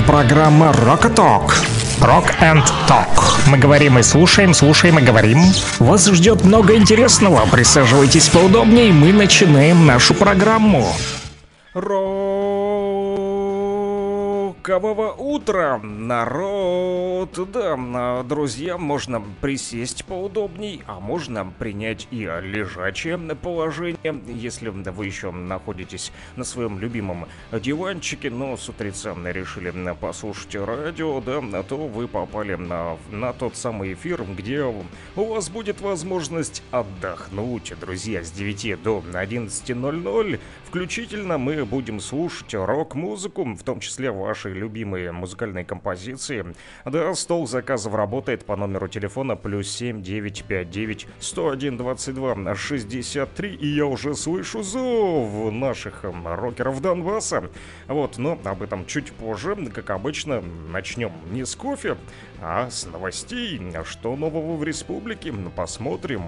Это программа Rock Talk. Rock and Talk. Мы говорим и слушаем, слушаем и говорим. Вас ждет много интересного. Присаживайтесь поудобнее, мы начинаем нашу программу. Рокового утра, народ. Да, друзья, можно присесть поудобней, а можно принять и лежачее положение, если вы еще находитесь на своем любимом диванчике, но с утреца решили послушать радио, да, то вы попали на тот самый эфир, где у вас будет возможность отдохнуть, друзья, с 9 до 11:00 включительно мы будем слушать рок-музыку, в том числе ваши любимые музыкальные композиции. Да, стол заказов работает по номеру телефона +7 959 101 22 63. И я уже слышу зов наших рокеров Донбасса. Вот, но об этом чуть позже. Как обычно, начнем не с кофе, а с новостей. Что нового в республике? Посмотрим.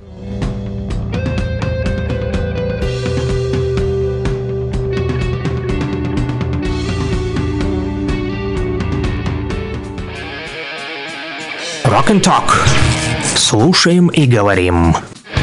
Rock and Talk. Слушаем и говорим.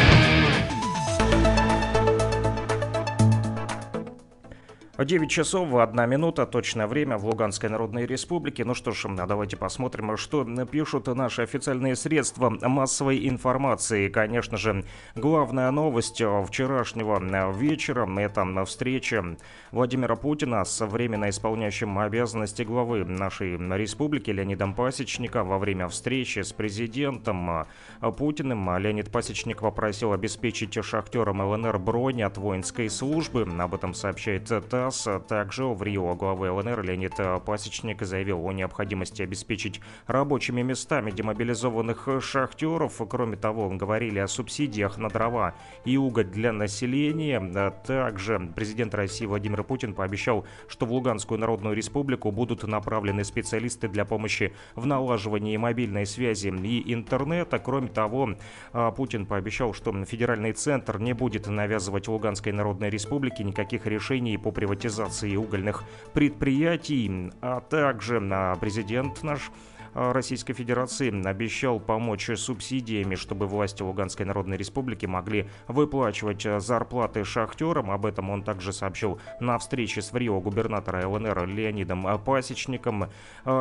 9 часов 1 минута, точное время в Луганской Народной Республике. Ну что ж, давайте посмотрим, что пишут наши официальные средства массовой информации. Конечно же, главная новость вчерашнего вечера – это встреча Владимира Путина с временно исполняющим обязанности главы нашей республики Леонидом Пасечником. Во время встречи с президентом Путиным Леонид Пасечник попросил обеспечить шахтерам ЛНР бронь от воинской службы. Об этом сообщает ТАСС. Также в Рио главы ЛНР Леонид Пасечник заявил о необходимости обеспечить рабочими местами демобилизованных шахтеров. Кроме того, говорили о субсидиях на дрова и уголь для населения. Также президент России Владимир Путин пообещал, что в Луганскую Народную Республику будут направлены специалисты для помощи в налаживании мобильной связи и интернета. Кроме того, Путин пообещал, что федеральный центр не будет навязывать Луганской Народной Республике никаких решений по приватизации угольных предприятий, а также президент наш Российской Федерации обещал помочь субсидиями, чтобы власти Луганской Народной Республики могли выплачивать зарплаты шахтерам. Об этом он также сообщил на встрече с в Рио губернатора ЛНР Леонидом Пасечником.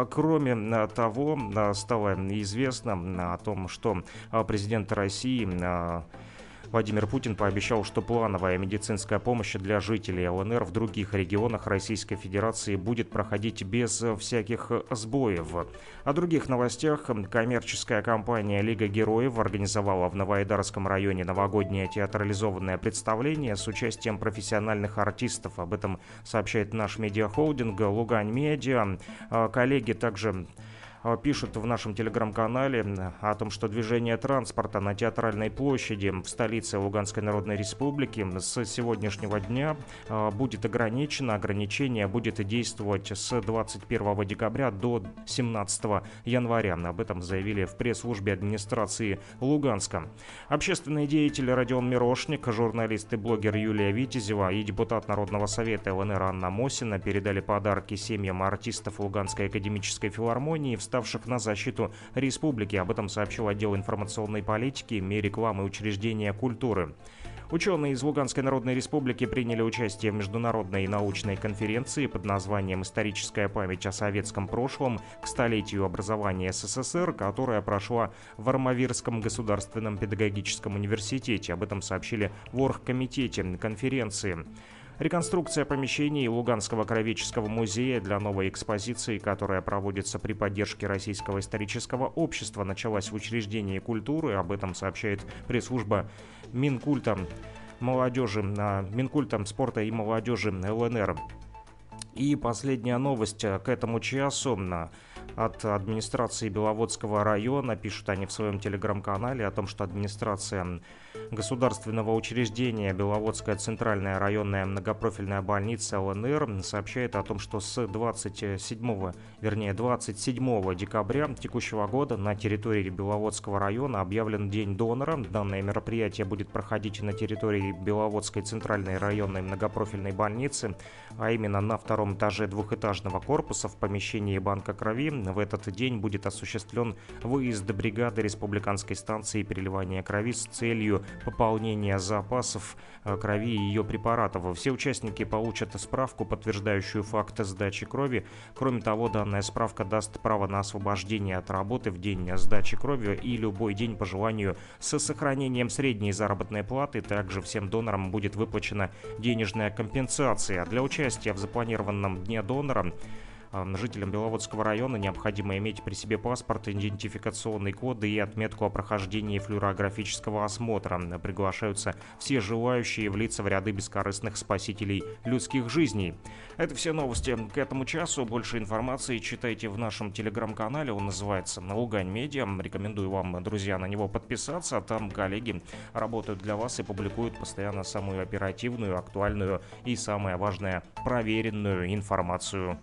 Кроме того, стало известно о том, что президент России Владимир Путин пообещал, что плановая медицинская помощь для жителей ЛНР в других регионах Российской Федерации будет проходить без всяких сбоев. О других новостях. Коммерческая компания «Лига Героев» организовала в Новоайдарском районе новогоднее театрализованное представление с участием профессиональных артистов. Об этом сообщает наш медиахолдинг «Лугань Медиа». Коллеги также пишут в нашем телеграм-канале о том, что движение транспорта на Театральной площади в столице Луганской Народной Республики с сегодняшнего дня будет ограничено. Ограничение будет действовать с 21 декабря до 17 января. Об этом заявили в пресс-службе администрации Луганска. Общественный деятель Родион Мирошник, журналист и блогер Юлия Витязева и депутат Народного совета ЛНР Анна Мосина передали подарки семьям артистов Луганской академической филармонии, вставших на защиту республики. Об этом сообщил отдел информационной политики, рекламы и учреждения культуры. Ученые из Луганской Народной Республики приняли участие в международной научной конференции под названием «Историческая память о советском прошлом к столетию образования СССР», которая прошла в Армавирском государственном педагогическом университете. Об этом сообщили в оргкомитете конференции. Реконструкция помещений Луганского краеведческого музея для новой экспозиции, которая проводится при поддержке Российского исторического общества, началась в учреждении культуры. Об этом сообщает пресс-служба Минкульта спорта и молодежи ЛНР. И последняя новость к этому часу от администрации Беловодского района. Пишут они в своем телеграм-канале о том, что администрация государственного учреждения Беловодская центральная районная многопрофильная больница ЛНР сообщает о том, что с 27 декабря текущего года на территории Беловодского района объявлен День донора. Данное мероприятие будет проходить на территории Беловодской центральной районной многопрофильной больницы, а именно на втором первом этаже двухэтажного корпуса в помещении банка крови в этот день будет осуществлен выезд бригады республиканской станции переливания крови с целью пополнения запасов крови и ее препаратов. Все участники получат справку, подтверждающую факт сдачи крови. Кроме того, данная справка даст право на освобождение от работы в день сдачи крови и любой день по желанию с сохранением средней заработной платы. Также всем донорам будет выплачена денежная компенсация. Для участия в запланированном дне донора жителям Беловодского района необходимо иметь при себе паспорт, идентификационный код и отметку о прохождении флюорографического осмотра. Приглашаются все желающие влиться в ряды бескорыстных спасителей людских жизней. Это все новости к этому часу. Больше информации читайте в нашем телеграм-канале. Он называется «Лугань Медиа». Рекомендую вам, друзья, на него подписаться. Там коллеги работают для вас и публикуют постоянно самую оперативную, актуальную и, самое важное, проверенную информацию.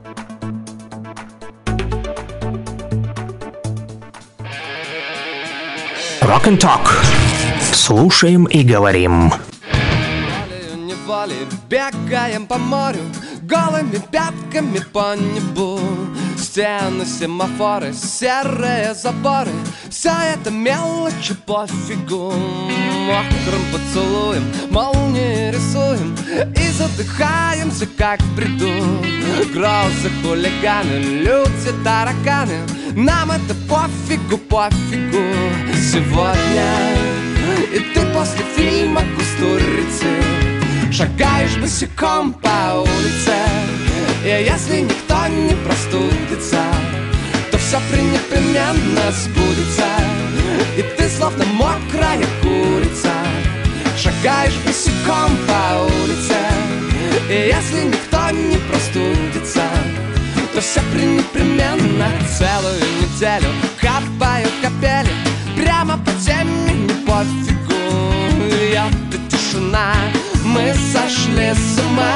Rock and Talk. Слушаем и говорим. Волей бегаем по морю, голыми пятками по небу. Стены, семафоры, серые заборы, все это мелочи пофигу. Мокрым поцелуем молнии рисуем и задыхаемся, как в бреду. Грозы, хулиганы, люди, тараканы, нам это пофигу, пофигу. Сегодня и ты после фильма «Кустурицы» шагаешь босиком по улице, и если никто не простудится, то все непременно сбудется. И ты словно мокрая курица шагаешь босиком по улице, и если никто не простудится, то все непременно. Целую неделю капают капели прямо по теме, не пофигу. Это тишина, мы сошли с ума.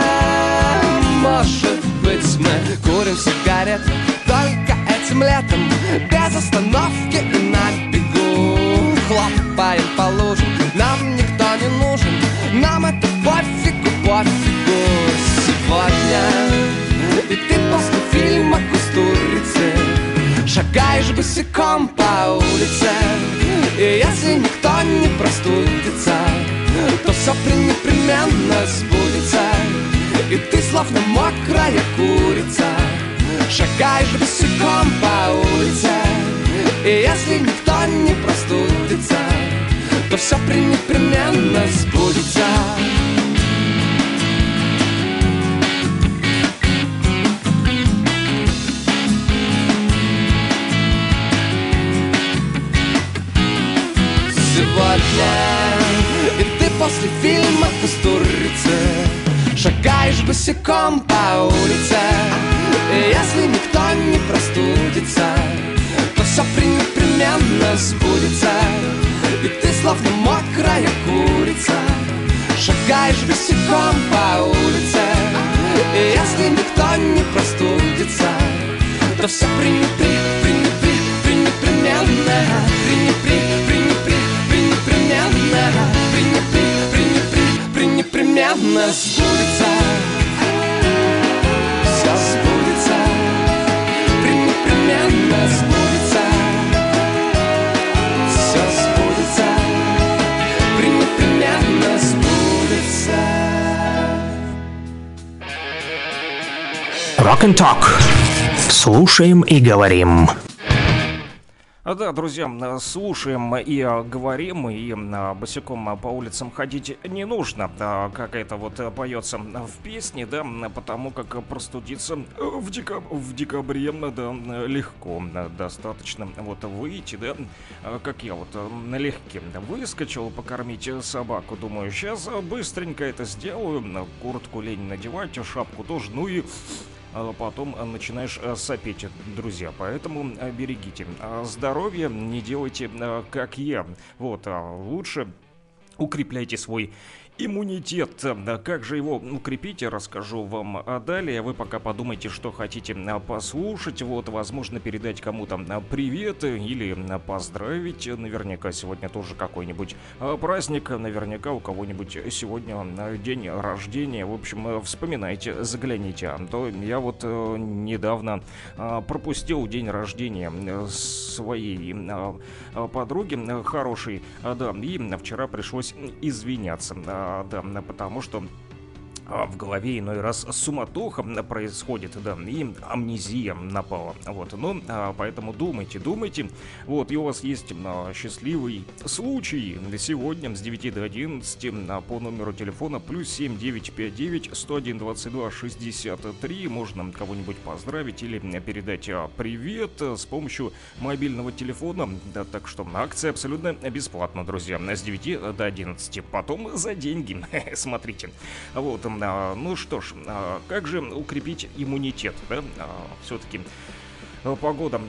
Может быть, мы курим сигареты только этим летом, без остановки и на бегу. Хлопаем по лужам, нам никто не нужен, нам это пофигу, пофигу. Сегодня и ты после фильма «Кустурицы» шагаешь босиком по улице, и если никто не простудится, то все непременно сбудется. И ты словно мокрая курица шагаешь босиком по улице, и если никто не простудится, то все непременно сбудется. Сегодня и ты после фильма «Кустурицы» шагаешь босиком по улице, и если никто не простудится, то все непременно сбудется. И ты словно мокрая курица шагаешь босиком по улице, и если никто не простудится, то все непременно непременно сбудется. Все сбудется, непременно сбудется. Все сбудется, непременно сбудется. Rock and Talk. Слушаем и говорим. Да, друзья, слушаем и говорим, и босиком по улицам ходить не нужно, как это вот поется в песне, да, потому как простудиться в декабре, да, легко, достаточно вот выйти, да, как я вот налегке выскочил покормить собаку, думаю, сейчас быстренько это сделаю, куртку лень надевать, шапку тоже, ну и потом начинаешь сопеть, друзья. Поэтому берегите здоровье, не делайте как я. Вот, лучше укрепляйте свой Иммунитет. Да, как же его укрепить, я расскажу вам далее. Вы пока подумайте, что хотите послушать. Вот, возможно, передать кому-то привет или поздравить. Наверняка сегодня тоже какой-нибудь праздник. Наверняка у кого-нибудь сегодня день рождения. В общем, вспоминайте, загляните. А то я вот недавно пропустил день рождения своей подруги хорошей. Да, и вчера пришлось извиняться. Да, потому что в голове иной раз суматоха происходит, да, и амнезия напала. Вот, ну, поэтому думайте. Вот, и у вас есть счастливый случай сегодня с 9 до 11 по номеру телефона +7 959 101 22 63. Можно кого-нибудь поздравить или передать привет с помощью мобильного телефона. Да, так что акция абсолютно бесплатна, друзья, с 9 до 11. Потом за деньги. Смотрите. Вот, ну что ж, как же укрепить иммунитет, да? Все-таки погода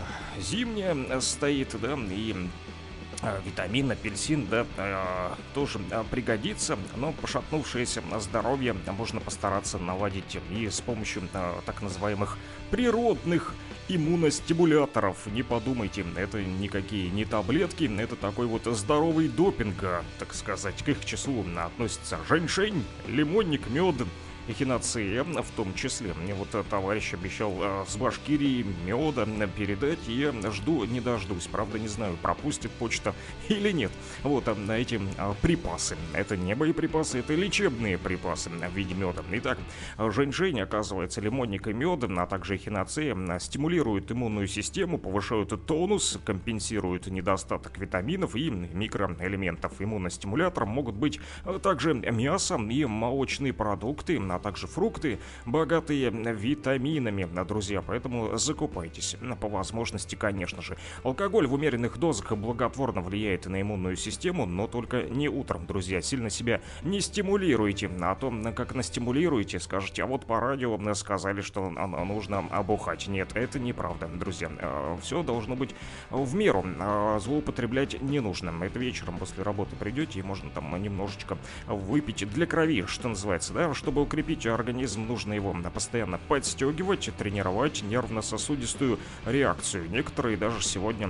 зимняя стоит, да, и витамин, апельсин, да, тоже пригодится, но пошатнувшееся здоровье можно постараться наладить и с помощью так называемых природных иммуностимуляторов. Не подумайте, это никакие не таблетки, это такой вот здоровый допинг, так сказать. К их числу относятся женьшень, лимонник, мед, эхиноцея в том числе. Мне вот товарищ обещал с Башкирии меда передать, и я жду не дождусь. Правда, не знаю, пропустит почта или нет. Вот эти припасы. Это не боеприпасы, это лечебные припасы в виде меда. Итак, женьшень, оказывается, лимонник и мед, а также эхиноцея стимулируют иммунную систему, повышают тонус, компенсируют недостаток витаминов и микроэлементов. Иммуностимулятором могут быть также мясо и молочные продукты, а также фрукты, богатые витаминами, друзья, поэтому закупайтесь по возможности, конечно же. Алкоголь в умеренных дозах благотворно влияет на иммунную систему, но только не утром, друзья. Сильно себя не стимулируйте, а то, как настимулируете, скажете, а вот по радио сказали, что нужно обухать. Нет, это неправда, друзья. Все должно быть в меру, злоупотреблять не нужно. Это вечером после работы придете и можно там немножечко выпить для крови, что называется, да, чтобы укрепить организм, нужно его постоянно подстегивать, тренировать нервно-сосудистую реакцию. Некоторые даже сегодня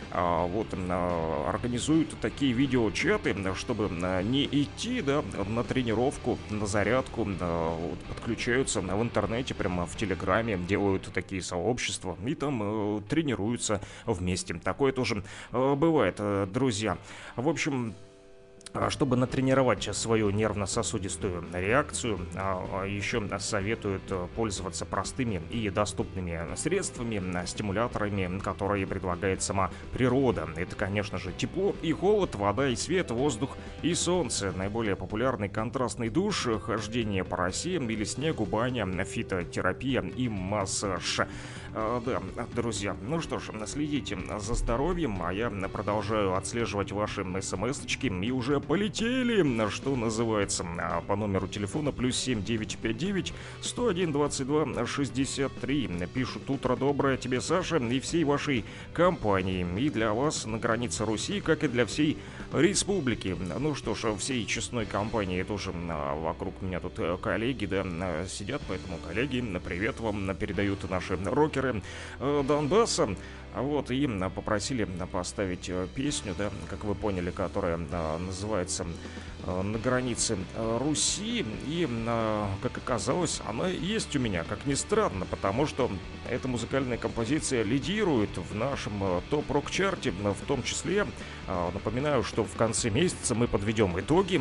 организуют такие видеочаты, чтобы не идти, да, на тренировку, на зарядку, подключаются в интернете, прямо в Телеграме, делают такие сообщества и там тренируются вместе. Такое тоже бывает, друзья. В общем, чтобы натренировать свою нервно-сосудистую реакцию, еще советуют пользоваться простыми и доступными средствами, стимуляторами, которые предлагает сама природа. Это, конечно же, тепло и холод, вода и свет, воздух и солнце. Наиболее популярный контрастный душ, хождение по росе или снегу, баня, фитотерапия и массаж. Да, друзья, ну что ж, следите за здоровьем, а я продолжаю отслеживать ваши смс-очки и уже полетели, что называется, по номеру телефона +7 959 101 22 63. Пишут: утро доброе тебе, Саша, и всей вашей компании. И для вас на границе Руси, как и для всей республики. Ну что ж, всей честной компании тоже вокруг меня тут коллеги, да, сидят, поэтому, коллеги, привет вам передают наши рокеры Донбасса. Вот, и попросили поставить песню, да, как вы поняли, которая называется «На границе Руси». И, как оказалось, она есть у меня, как ни странно, потому что эта музыкальная композиция лидирует в нашем топ-рок-чарте. В том числе, напоминаю, что в конце месяца мы подведем итоги,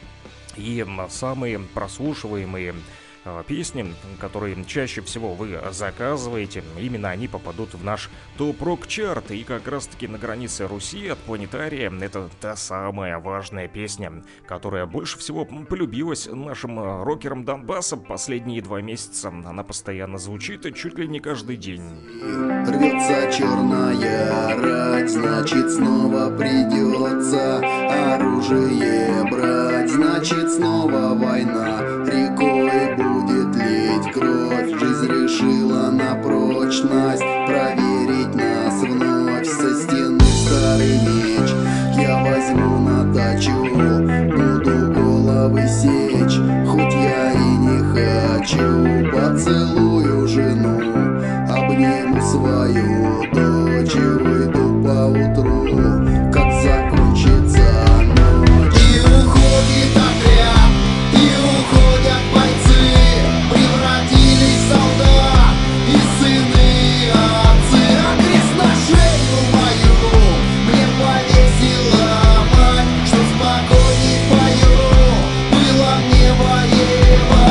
и самые прослушиваемые песни, которые чаще всего вы заказываете, именно они попадут в наш топ-рок-чарт. И как раз-таки «На границе Руси» от Планетария — это та самая важная песня, которая больше всего полюбилась нашим рокерам Донбасса последние 2 месяца. Она постоянно звучит чуть ли не каждый день. Рвется черная рать, значит снова придется оружие брать, значит снова война рекой будет лить кровь. Жизнь решила на прочность проверить нас вновь. Со стены старый меч я возьму на дачу, буду головы свою дочь и выйду поутру, как закончится ночь. И уходит отряд, и уходят бойцы, превратились в солдат и сыны отцы. А крест на шею мою мне повесила мать, что спокойней пою, было мне воевать.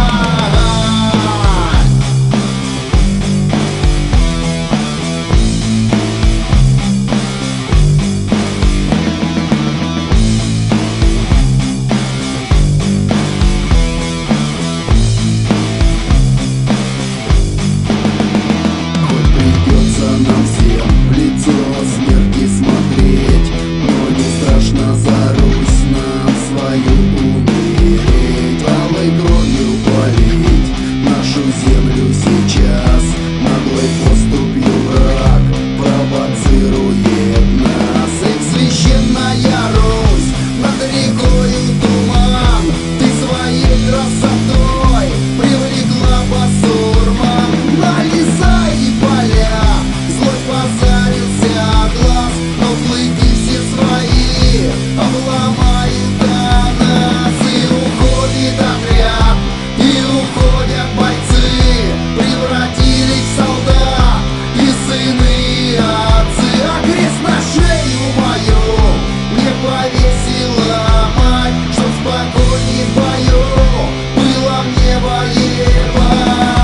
Хоть придется нам всем в лицо смерти смотреть, но не страшно за Русь нам свою умереть. Алой кровью полить нашу землю сейчас, наглой поступью враг провоцирует нас. Эх, священная Русь, над рекою туман, ты своей красотой привлекла басурман. На леса и поля злой позарился глаз, но клыки все свои обломают до нас. И уходит отряд, и уходят бойцы, превратились в солдат и сыны отцы. А крест на шею мою мне повесила мать, чтоб спокойней в бою было мне воевать.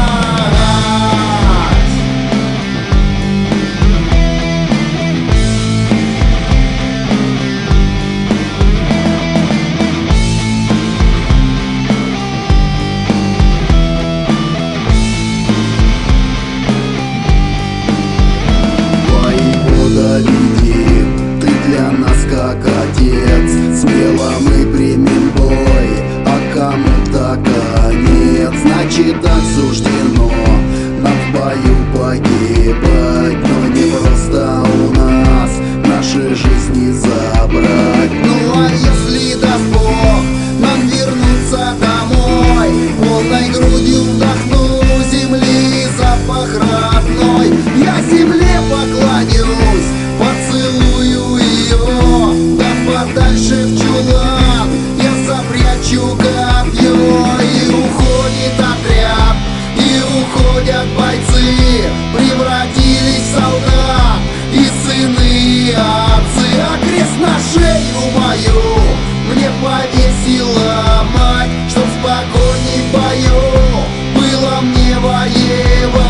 Воевода, веди, ты для нас как отец, смело мы примем бой, а кому-то конец. Значит, так суждено нам в бою погибать, но не просто у нас наши жизни забрать. Ну а если даст Бог нам вернуться домой, полной грудью вдохну земли запах родной, я земле поклонюсь, поцелую ее, да подальше в чулан я запрячу копье. И уходит отряд, и уходят бойцы, превратились в солдат и сыны отцы. А крест на шею мою мне повесила мать, чтоб спокойней в бою было мне воевать.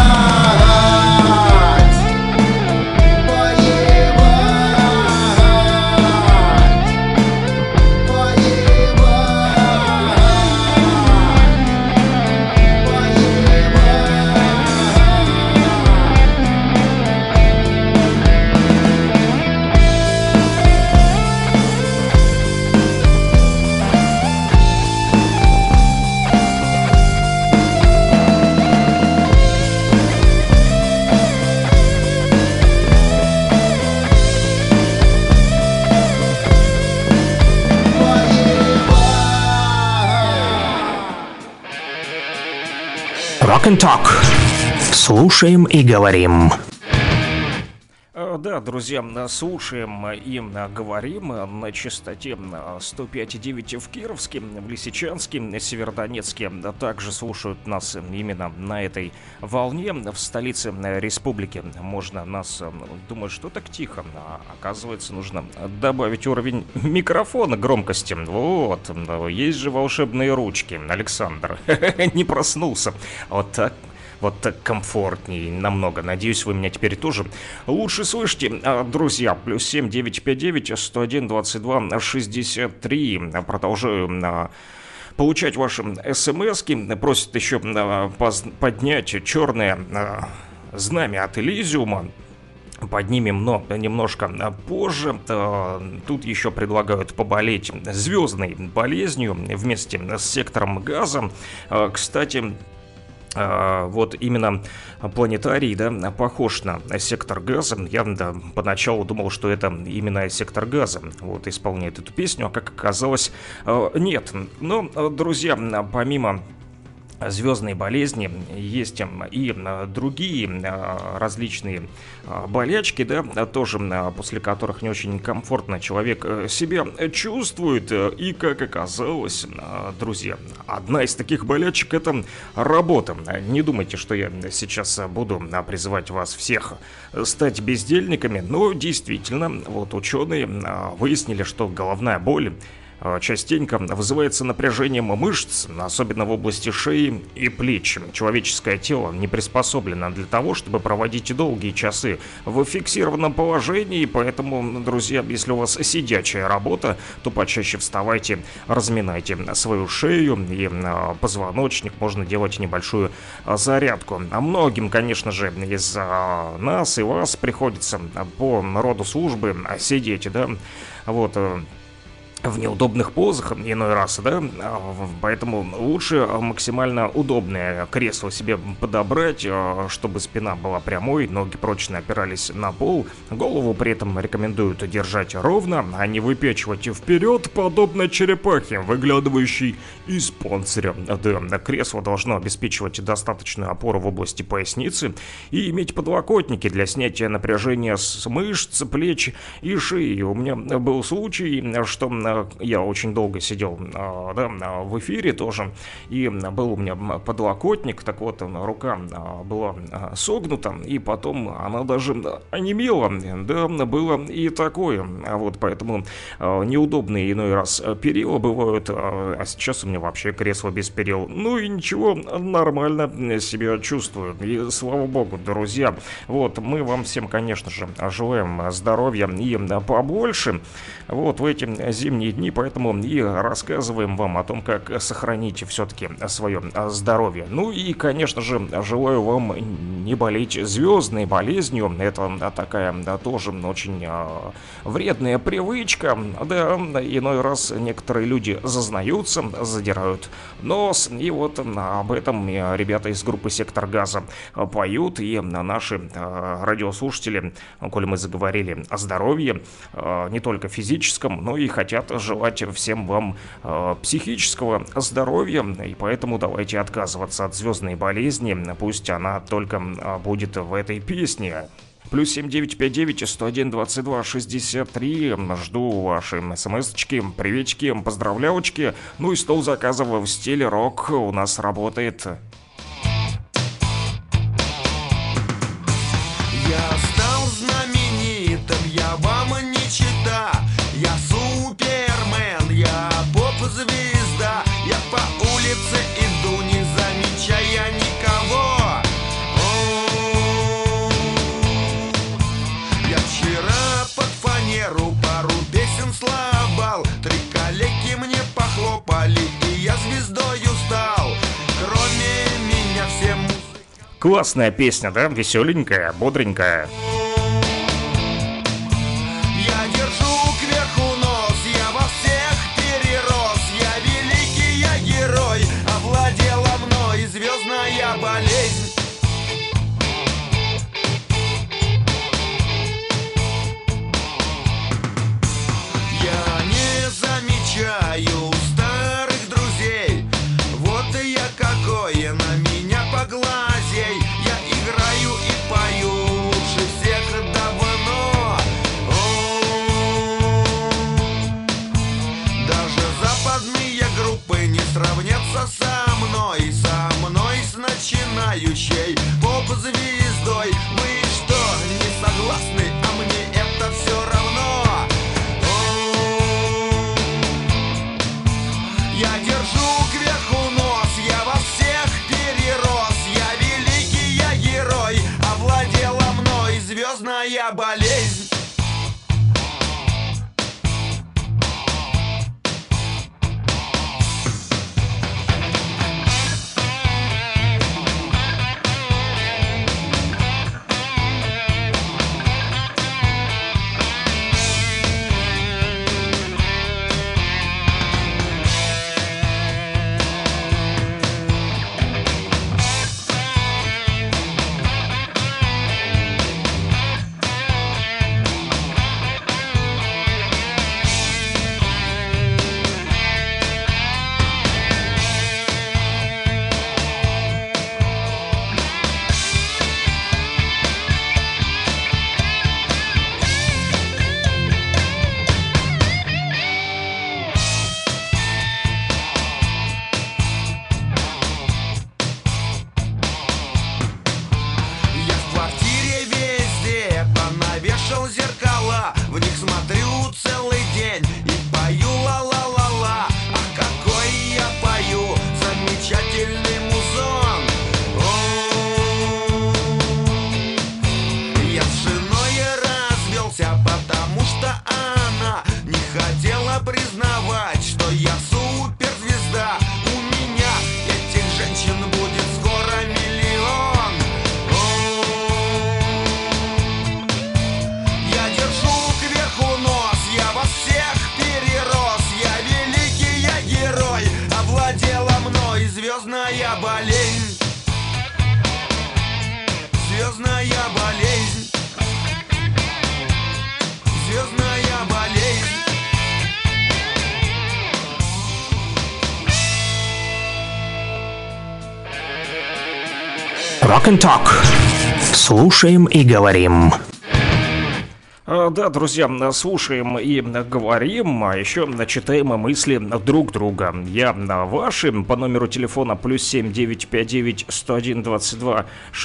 Rock and Talk. Слушаем и говорим. Да, друзья, слушаем и говорим на частоте 105,9 в Кировске, в Лисичанске, Северодонецке. Также слушают нас именно на этой волне. В столице республики можно нас думать, что так тихо. А оказывается, нужно добавить уровень микрофона громкости. Вот, есть же волшебные ручки. Александр не проснулся. Вот так. Вот так комфортнее намного. Надеюсь, вы меня теперь тоже лучше слышите. Друзья, +7 959 101 22 63. Продолжаю получать ваши смски. Просят еще поднять черное знамя от Элизиума. Поднимем, но немножко позже. Тут еще предлагают поболеть звездной болезнью вместе с сектором газа. Кстати, вот именно планетарий, да, похож на сектор газа. Я поначалу думал, что это именно сектор газа вот исполняет эту песню, а как оказалось, нет. Но, друзья, помимо звездные болезни, есть и другие различные болячки, да, тоже после которых не очень комфортно человек себя чувствует. И, как оказалось, друзья, одна из таких болячек — это работа. Не думайте, что я сейчас буду призывать вас всех стать бездельниками, но действительно, вот ученые выяснили, что головная боль частенько вызывается напряжением мышц, особенно в области шеи и плеч. Человеческое тело не приспособлено для того, чтобы проводить долгие часы в фиксированном положении, поэтому, друзья, если у вас сидячая работа, то почаще вставайте, разминайте свою шею и позвоночник, можно делать небольшую зарядку. А многим, конечно же, из нас и вас приходится по роду службы сидеть, да, вот, в неудобных позах иной раз, да, поэтому лучше максимально удобное кресло себе подобрать, чтобы спина была прямой, ноги прочно опирались на пол, голову при этом рекомендуют держать ровно, а не выпячивать вперед, подобно черепахе, выглядывающей из панциря. Да, кресло должно обеспечивать достаточную опору в области поясницы и иметь подлокотники для снятия напряжения с мышц, плеч и шеи. У меня был случай, что я очень долго сидел, да, в эфире тоже, и был у меня подлокотник, так вот, рука была согнута, и потом она даже онемела, да, было и такое, вот, поэтому неудобные иной раз перила бывают, а сейчас у меня вообще кресло без перил, ну и ничего, нормально себя чувствую, и слава богу, друзья, вот, мы вам всем, конечно же, желаем здоровья и побольше, вот, в эти зимние дни, поэтому и рассказываем вам о том, как сохранить все-таки свое здоровье. Ну и, конечно же, желаю вам не болеть звездной болезнью. Это такая, да, тоже очень вредная привычка. Да, иной раз некоторые люди зазнаются, задирают нос. И вот об этом ребята из группы «Сектор газа» поют. И наши радиослушатели, коли мы заговорили о здоровье, не только физическом, но и хотят желать всем вам психического здоровья, и поэтому давайте отказываться от звездной болезни, пусть она только будет в этой песне. Плюс 7959-101-22-63. Жду ваши смс-очки, приветики, поздравлялочки. Ну и стол заказов в стиле рок у нас работает. Я стал знаменитым, я вам не чита. Я супермен, я поп-звезда. Я по улице иду, не замечая никого. Я вчера под фанеру пару песен слабал. 3 коллеги мне похлопали, и я звездою стал. Кроме меня все музыки. Классная песня, да? Веселенькая, бодренькая. Я держу кверху нос, я во всех перерос. Я великий, я герой, овладела мной звездная болезнь. Я не замечаю старых друзей. Вот и я какой, на меня поглазей. Я играю и пою лучше всех давно. Даже западные группы не сравнятся со мной с начинающей поп-звездой. Вы что, не согласны? А мне это все равно. Я держу кверху нос, я во всех перерос. Я великий, я герой, овладела мной звездная болезнь. зеркала, в них смотрю целый день и пою ла-ла-ла-ла. Ах, какой я пою замечательный музон. О, я с женой развелся, потому что она не хотела признавать, что я суперзвезда. У меня этих женщин будет скоро миллион. Я держу кверху нос, я вас всех перерос. Я великий, я герой, овладела мной звездная болезнь. Звездная болезнь. Звездная болезнь. Rock and Talk. Слушаем и говорим. Да, друзья, слушаем и говорим, а еще читаем мысли друг друга. Я ваши по номеру телефона +7 959 101 22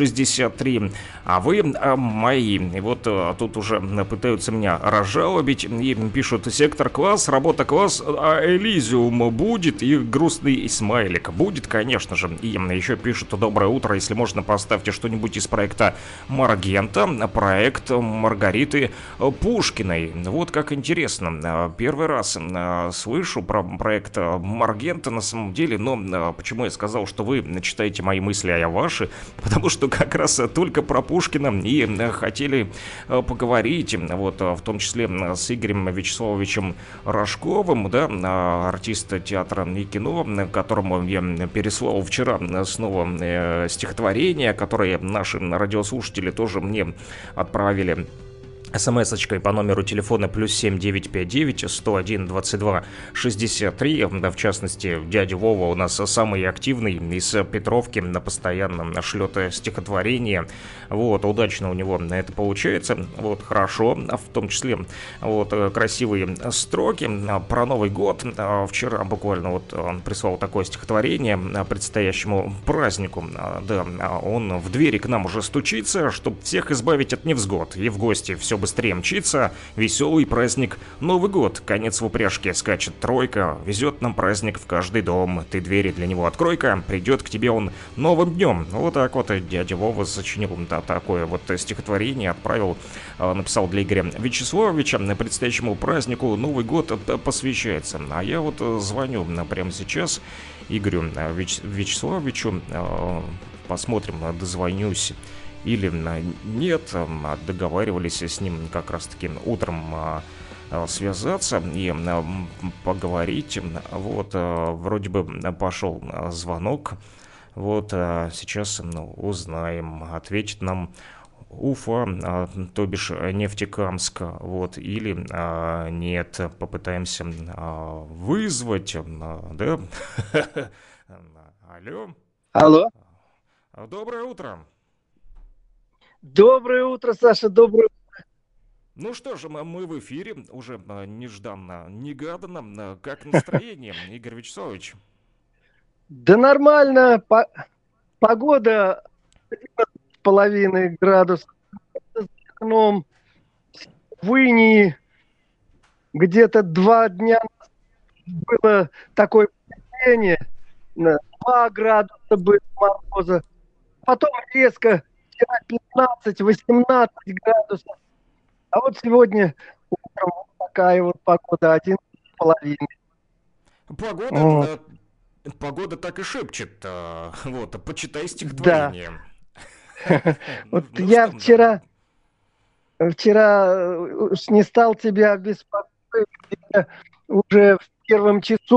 63, а вы мои. И вот тут уже пытаются меня разжалобить и пишут: сектор класс, работа класс, а Элизиум будет? И грустный смайлик. Будет, конечно же. И еще пишут: доброе утро, если можно, поставьте что-нибудь из проекта Маргента, проект Маргариты Пушкиной. Вот как интересно. Первый раз слышу про проект Маргента на самом деле, но почему я сказал, что вы читаете мои мысли, а я ваши? Потому что как раз только про Пушкина и хотели поговорить, вот, в том числе с Игорем Вячеславовичем Рожковым, да, артист театра и кино, которому я переслал вчера снова стихотворение, которое наши радиослушатели тоже мне отправили СМС-очкой по номеру телефона +7 959 101 22 63. В частности, дядя Вова у нас самый активный из Петровки, постоянно шлет стихотворение. Вот, удачно у него это получается. Вот, хорошо. В том числе, вот, красивые строки про Новый год. Вчера буквально вот он прислал такое стихотворение предстоящему празднику. Да, он в двери к нам уже стучится, чтобы всех избавить от невзгод. И в гости все быстрее мчится, веселый праздник Новый год. Конец в упряжке скачет тройка, везет нам праздник в каждый дом. Ты двери для него открой-ка, придет к тебе он новым днем. Вот так вот дядя Вова сочинил, да, такое вот стихотворение, отправил, написал для Игоря Вячеславовича. Предстоящему празднику Новый год посвящается. А я вот звоню прямо сейчас Игорю Вячеславовичу, посмотрим, дозвонюсь или нет. Договаривались с ним как раз-таки утром связаться и поговорить. Вот, вроде бы пошел звонок. Вот, сейчас узнаем, ответит нам Уфа, то бишь Нефтекамск, вот, или нет, попытаемся вызвать, да? Алло. Алло. Доброе утро. Доброе утро, Саша, доброе утро. Ну что же, мы в эфире, уже нежданно, негаданно. Как настроение, Игорь Вячеславович? Да нормально, погода 11,5 градусов, за окном в Инии где-то 2 дня было такое потепление, 2 градуса было мороза, потом резко 15-18 градусов. А вот сегодня утром вот такая вот погода, 11,5. Погода, Вот. Погода так и шепчет. Вот, почитай стихотворение. Да. Вот я вчера уж не стал тебя беспокоить, я уже в первом часу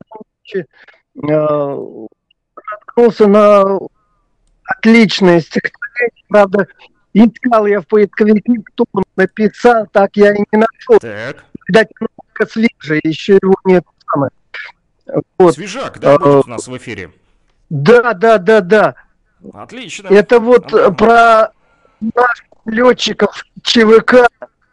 наткнулся на отличное стихотворение, правда, искал я в поисковике, кто он написал, так я и не нашел. Так. Видать, немного свежее, еще его нет. Вот. Свежак, да, будет у нас в эфире? Да. Отлично. Это вот про наших летчиков ЧВК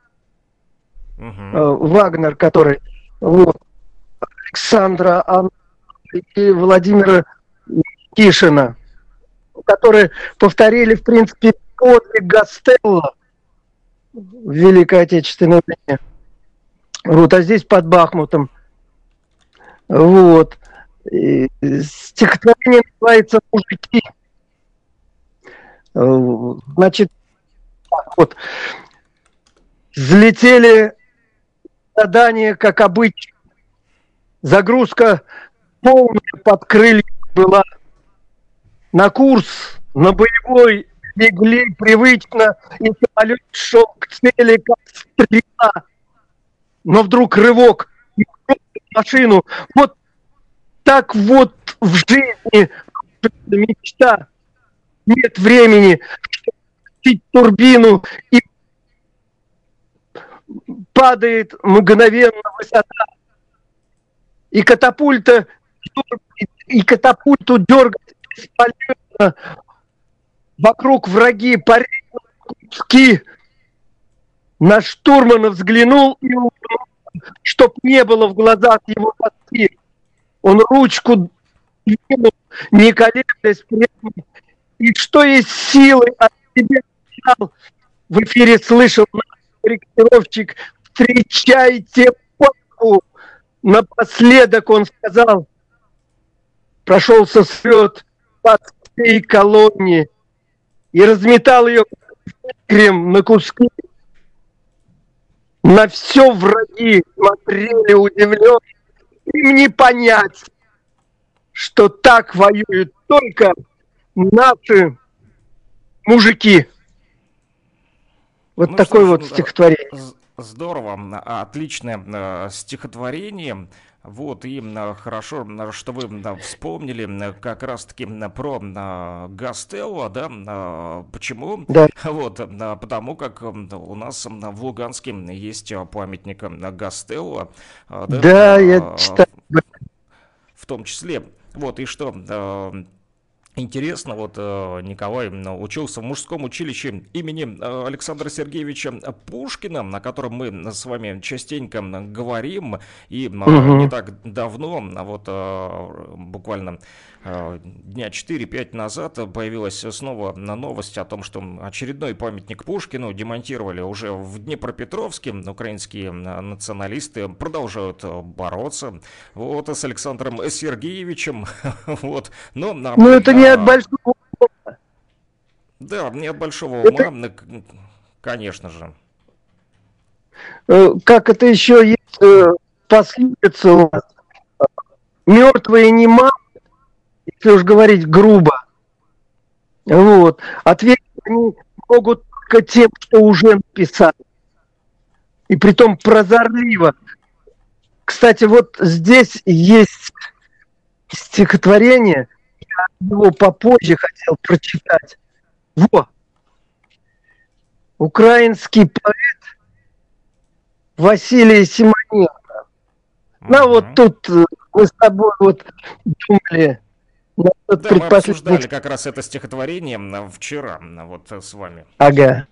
Вагнер, который вот, Александра и Владимира Никишина, которые повторили, в принципе, подвиг Гастелло. в Великой Отечественной войне. Вот, а здесь под Бахмутом. Вот. И стихотворение называется «Мужики». Значит, вот. Взлетели задания, как обычно. Загрузка полная под крылья была. На курс, на боевой легли привычно, и самолет шел к цели, как стрела. Но вдруг рывок, и машину. Вот так вот в жизни мечта. Нет времени, чтобы включить турбину, и падает мгновенно высота. И катапульту дергает бесполезно. Вокруг враги, порезаны куски. На штурмана взглянул и улыбнулся, чтоб не было в глазах его тоски. Он ручку двинул, не колеблясь, и что есть силы от себя взял. В эфире слышал наш корректировщик: «Встречайте папу!» Напоследок он сказал, прошелся слет по всей колонне и разметал ее крем на куски. На все враги смотрели удивленно. Им не понять, что так воюют только наши мужики. Вот Ну такое что ж, вот стихотворение. Здорово, отличное стихотворение. Вот, и хорошо, что вы вспомнили как раз-таки про Гастелло, да, почему? Да. Вот, потому как у нас в Луганске есть памятник Гастелло. Да, я читаю. В том числе, вот, и что... Интересно, вот Николай учился в мужском училище имени Александра Сергеевича Пушкина, на котором мы с вами частенько говорим, и не так давно, вот буквально дня 4-5 назад появилась снова новость о том, что очередной памятник Пушкину демонтировали уже в Днепропетровске. Украинские националисты продолжают бороться вот с Александром Сергеевичем. Вот. Но это не от большого ума. Да, не от большого ума, конечно же. Как это еще есть пословица у нас? Мертвые не мамы, если уж говорить грубо. Вот. Ответить они могут только тем, что уже написали. И притом прозорливо. Кстати, вот здесь есть стихотворение, я его попозже хотел прочитать. Во! Украинский поэт Василий Симоненко. Ну, вот тут мы с тобой вот думали... Да, мы обсуждали как раз это стихотворение вчера вот с вами. Ага.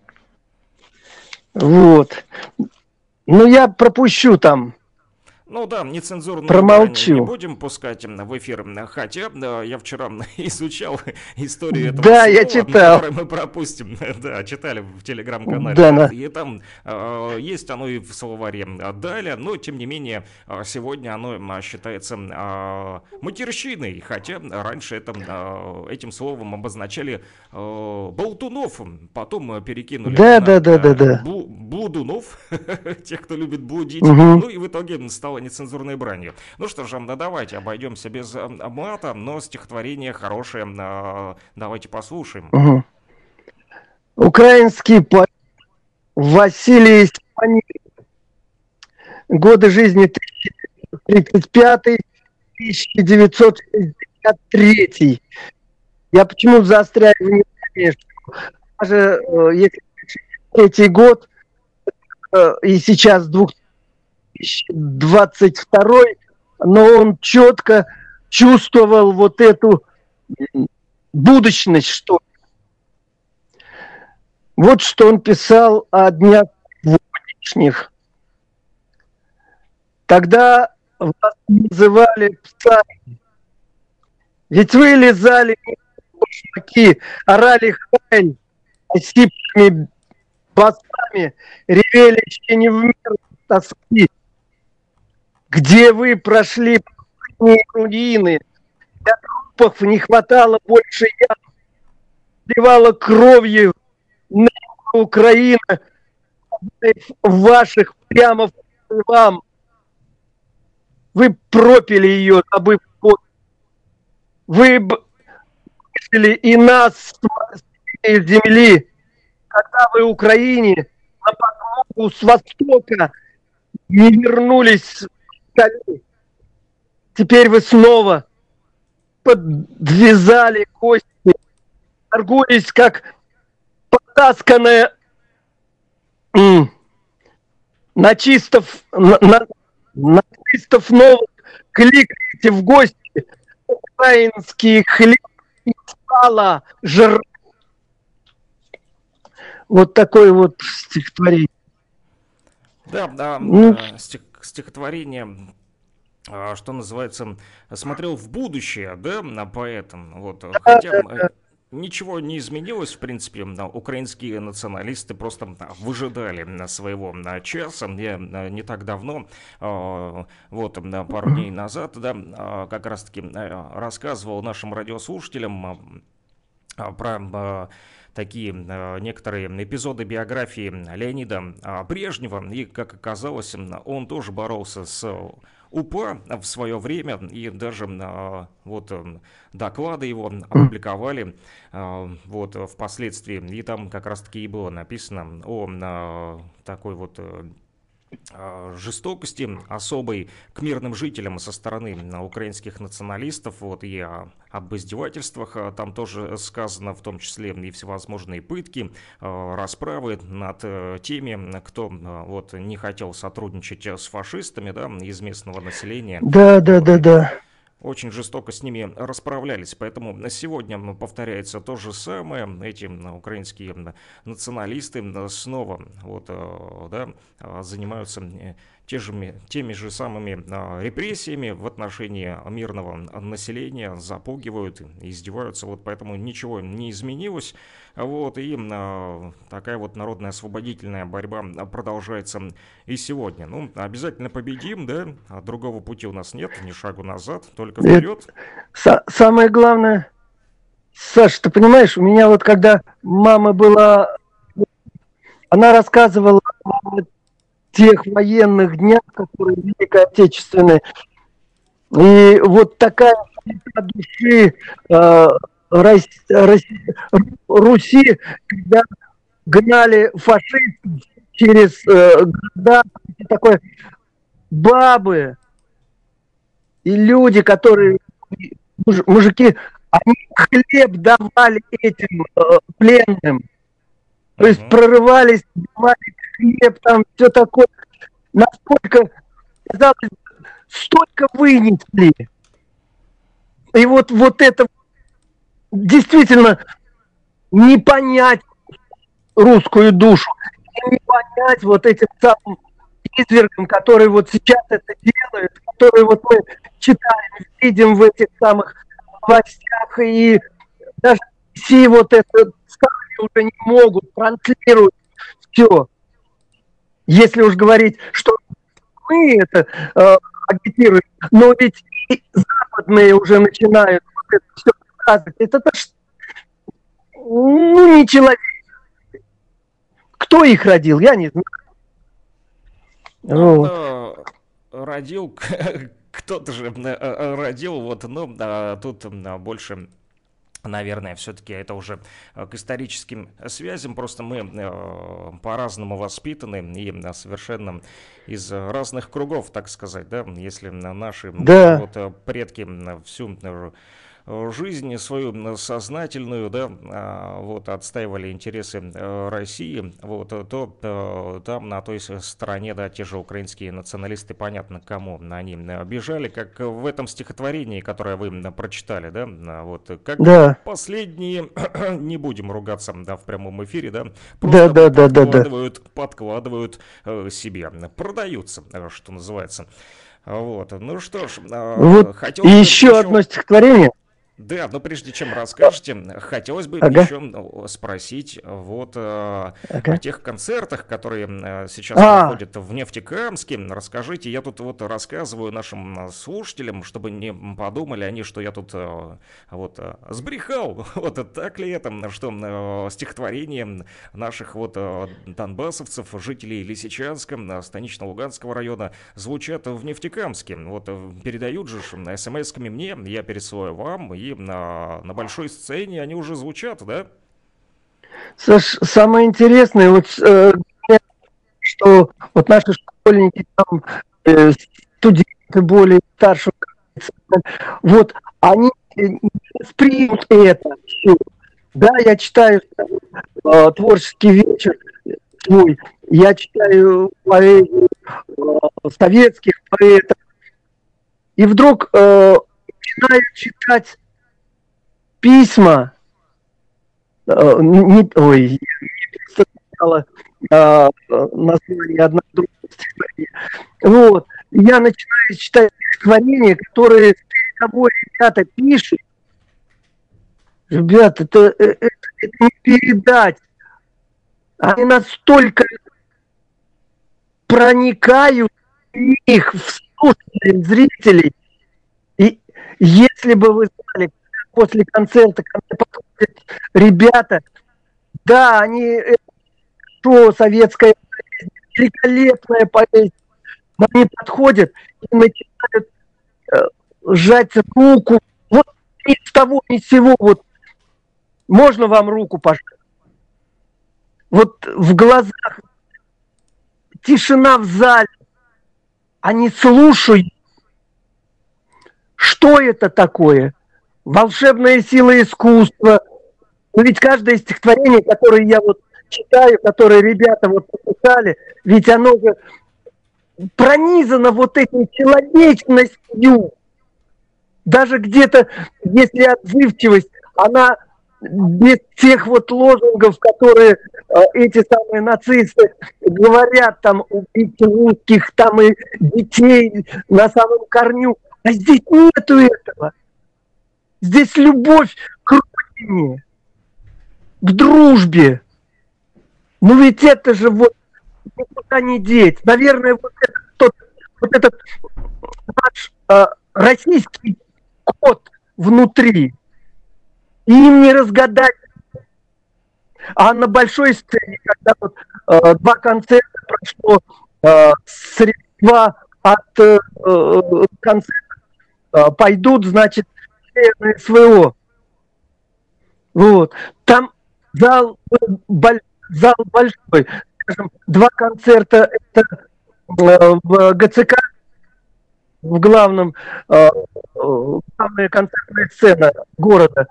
Вот. Ну, я пропущу там. Ну да, нецензурную промолчу. Не будем пускать в эфир, хотя я вчера изучал историю этого слова, я читал. Который мы пропустим. Да, читали в телеграм-канале. Да. И там есть оно и в словаре далее, но тем не менее сегодня оно считается матерщиной, хотя раньше этим словом обозначали болтунов, потом перекинули на блудунов, тех, кто любит блудить, ну и в итоге стало нецензурной бранью. Ну что ж, давайте обойдемся без мата, но стихотворение хорошее, давайте послушаем. Украинский поэт Василий Симоненко. Годы жизни 1935-1963. Я почему заостряю внимание, что даже если 1933 год и сейчас 2022, но он четко чувствовал вот эту будущность, что ли. Вот что он писал о днях будничных. Тогда вас называли псами, ведь вы лизали башмаки, орали хайль осипшими басами. вами ревели еще не в меру тоски, где вы прошли руины, для трупов не хватало больше я, сливала кровью на Украину, ваших прямо в вам. Вы пропили ее, забыв год. Вы бросили и нас с земли, когда вы Украине на подмогу с востока не вернулись. Теперь вы снова подвязали кости, торгуясь как потасканная нацистов новых, кликайте в гости, украинский хлеб и сало жрать. Вот такое вот стихотворение. Да, стихотворение, что называется, смотрел в будущее, да, на поэтом. Вот, хотя ничего не изменилось, в принципе, украинские националисты просто выжидали своего часа. Я не так давно, вот пару дней назад, да, как раз-таки рассказывал нашим радиослушателям про такие некоторые эпизоды биографии Леонида Брежнева, и, как оказалось, он тоже боролся с УПА в свое время, и даже вот доклады его опубликовали вот впоследствии, и там как раз-таки и было написано о такой вот жестокости особой к мирным жителям со стороны украинских националистов, вот, и об издевательствах там тоже сказано, в том числе и всевозможные пытки, расправы над теми, кто вот не хотел сотрудничать с фашистами, да, из местного населения. Да. Очень жестоко с ними расправлялись, поэтому сегодня повторяется то же самое. Эти украинские националисты снова вот, да, занимаются теми же самыми репрессиями в отношении мирного населения, запугивают, издеваются, вот поэтому ничего не изменилось, вот, и такая вот народная освободительная борьба продолжается и сегодня. Ну, обязательно победим, да, другого пути у нас нет, ни шагу назад, только вперед. Самое главное, Саш, ты понимаешь, у меня вот когда мама была, она рассказывала о тех военных днях, которые Великой Отечественной, и вот такая души Руси, когда гнали фашистов через города, такое, бабы и люди, которые, мужики, они хлеб давали этим пленным. То есть прорывались, давали хлеб, там все такое. Насколько, казалось, столько вынесли. И вот это действительно не понять русскую душу, не понять вот этим самым извергам, которые вот сейчас это делают, которые вот мы читаем, видим в этих самых новостях, и даже все вот это сами уже не могут транслировать все. Если уж говорить, что мы это агитируем, но ведь и западные уже начинают вот это все рассказывать. Это ну, не человек. Кто их родил, я не знаю. Ну, родил, кто-то же родил, вот, ну, тут больше, наверное, все-таки это уже к историческим связям, просто мы по-разному воспитаны и совершенно из разных кругов, так сказать, да, если наши вот, предки всю жизнь свою сознательную, да, вот, отстаивали интересы России, вот, то там на той стороне, да, те же украинские националисты, понятно, к кому они бежали, как в этом стихотворении, которое вы прочитали, да, вот, как последние, не будем ругаться, да, в прямом эфире, да, просто подкладывают себе, продаются, что называется. Вот, ну что ж, вот хотел еще одно стихотворение. Да, но прежде чем расскажете, хотелось бы Ага, еще спросить вот о ага. тех концертах, которые сейчас А, проходят в Нефтекамске. Расскажите, я тут вот рассказываю нашим слушателям, чтобы не подумали они, что я тут сбрехал. Вот так ли это, что стихотворение наших вот донбассовцев, жителей Лисичанска, Станично-Луганского района, звучат в Нефтекамске. Вот передают же смс-ками мне, я пересылаю вам, и на большой сцене они уже звучат, да? Саш, самое интересное, вот, что вот наши школьники, там, студенты более старшего, вот, они не воспримут это всё. Да, я читаю творческий вечер свой, я читаю поэзию советских поэтов, и вдруг начинаю читать письма, ой, сначала название одного другого стихотворения. Вот. Я начинаю читать стихотворения, которые перед тобой ребята пишут. Ребята, это не передать. Они настолько проникают в них, в слушателей, в зрителей. И если бы вы знали, после концерта, когда подходят ребята, да, они что, советская поэзия, великолепная поэзия, но они подходят и начинают сжать руку, вот ни с того, ни с сего, вот, можно вам руку пожать? Вот в глазах тишина в зале, они слушают, что это такое? Волшебная сила искусства. Но ведь каждое стихотворение, которое я вот читаю, которое ребята вот написали, ведь оно же пронизано вот этой человечностью. Даже где-то, если отзывчивость, она без тех вот лозунгов, которые эти самые нацисты говорят, там, убить русских, там, и детей на самом корню. А здесь нету этого. Здесь любовь к родине, к дружбе. Ну ведь это же вот никуда не деть. Наверное, вот этот наш российский код внутри. И им не разгадать. А на большой сцене, когда вот два концерта прошло, средства от концерта пойдут, значит, на СВО. Вот. Там зал большой. Скажем, два концерта это в ГЦК, в главном, главная концертная сцена города.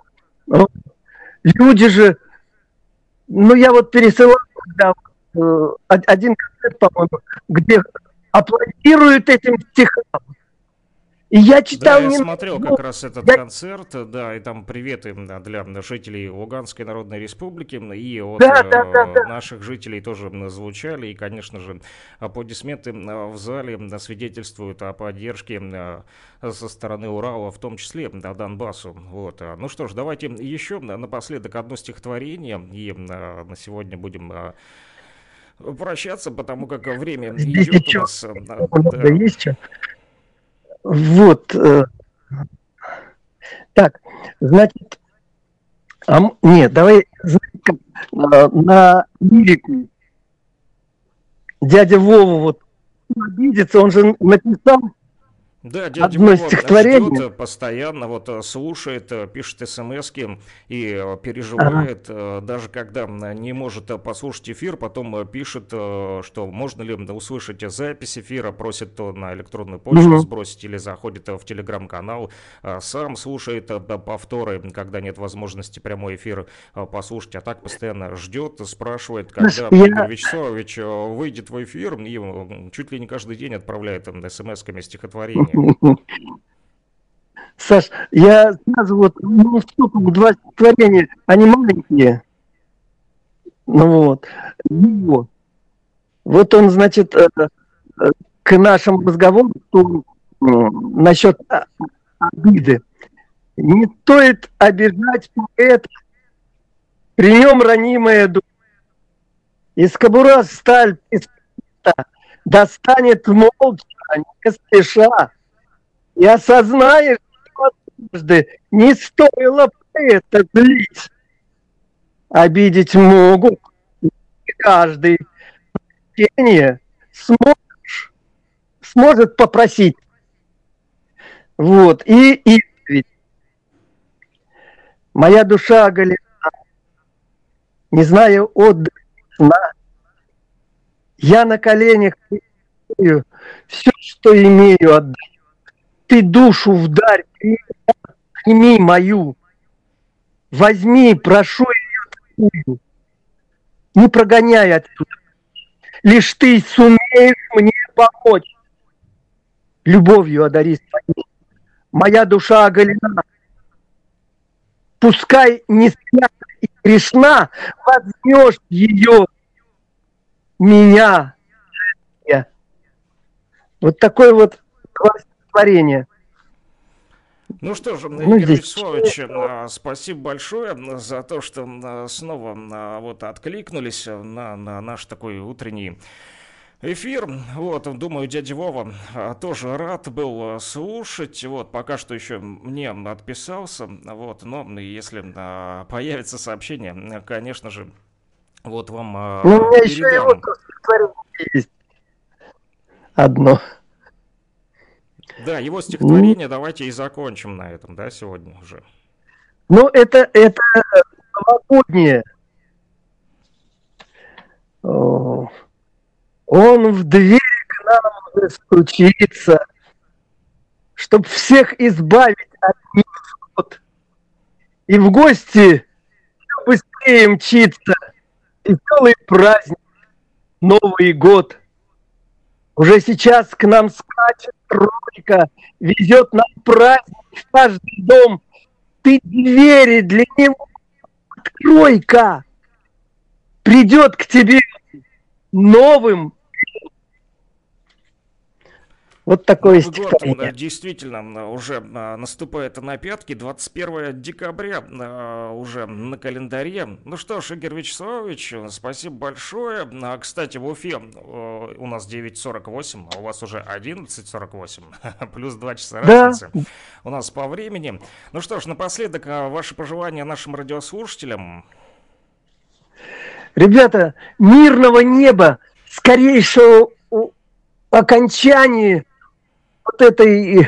Люди же, ну я вот пересылал, когда один концерт, по-моему, где аплодируют этим стихам. И я читал... Да, я смотрел как раз этот концерт, да, и там приветы для жителей Луганской Народной Республики, и от наших жителей тоже звучали, и, конечно же, аплодисменты в зале свидетельствуют о поддержке со стороны Урала, в том числе Донбассу. Вот. Ну что ж, давайте еще напоследок одно стихотворение, и на сегодня будем прощаться, потому как время идет у нас... Да, есть что? Вот. Так, значит, нет, давай на лирику. Дядя Вова вот обидится, он же написал Да, дядя одно Вова стихотворение. ждет постоянно, вот слушает, пишет смски и переживает, даже когда не может послушать эфир, потом пишет, что можно ли услышать запись эфира, просит то на электронную почту сбросить или заходит в телеграм-канал, сам слушает повторы, когда нет возможности прямой эфир послушать, а так постоянно ждет, спрашивает, когда Игорь Вячеславович выйдет в эфир, и чуть ли не каждый день отправляет смс-ками стихотворение. Саш, я сразу вот, ну, в два стихотворения, они маленькие. Ну вот. Вот он, значит, к нашему разговору насчет обиды. Не стоит обижать поэта, при нем ранимая душа. Из кобура сталь пистолета достанет молча, не спеша. И осознаешь, что однажды не стоило поэта злить. Обидеть могут, и каждый прощение сможет попросить. Вот, и ведь моя душа оголена, не зная отдыха, сна. Я на коленях все, что имею, отдаю. Ты душу вдарь, прими мою. Возьми, прошу ее такую. Не прогоняй отсюда. Лишь ты сумеешь мне помочь. Любовью одари своей. Моя душа оголена. Пускай не свята и грешна, возьмешь ее, меня. Вот такое вот творение. Ну что же, Ну, Игорь здесь Вячеславович, спасибо большое за то, что снова вот откликнулись на наш такой утренний эфир. Вот, думаю, дядя Вова тоже рад был слушать. Вот, пока что еще не отписался. Вот, но если появится сообщение, конечно же, вот вам Ну, у меня еще и передам. вот стихотворение есть. Одно. Да, его стихотворение давайте и закончим на этом, да, сегодня уже. Ну, это новогоднее. О, он в дверь к нам уже стучится, чтоб всех избавить от невзгод. И в гости все быстрее мчится. Веселый праздник, Новый год. Уже сейчас к нам скачет тройка, везет нам праздник в каждый дом. Ты двери для него открой-ка. Придет к тебе новым. Вот такое Новый год стихотворение. действительно уже наступает на пятки. 21 декабря уже на календаре. Ну что ж, Игорь Вячеславович, спасибо большое. Кстати, в Уфе у нас 9:48, а у вас уже 11:48. Плюс 2 часа Да. разницы у нас по времени. Ну что ж, напоследок ваши пожелания нашим радиослушателям. Ребята, мирного неба, скорейшего окончания вот этой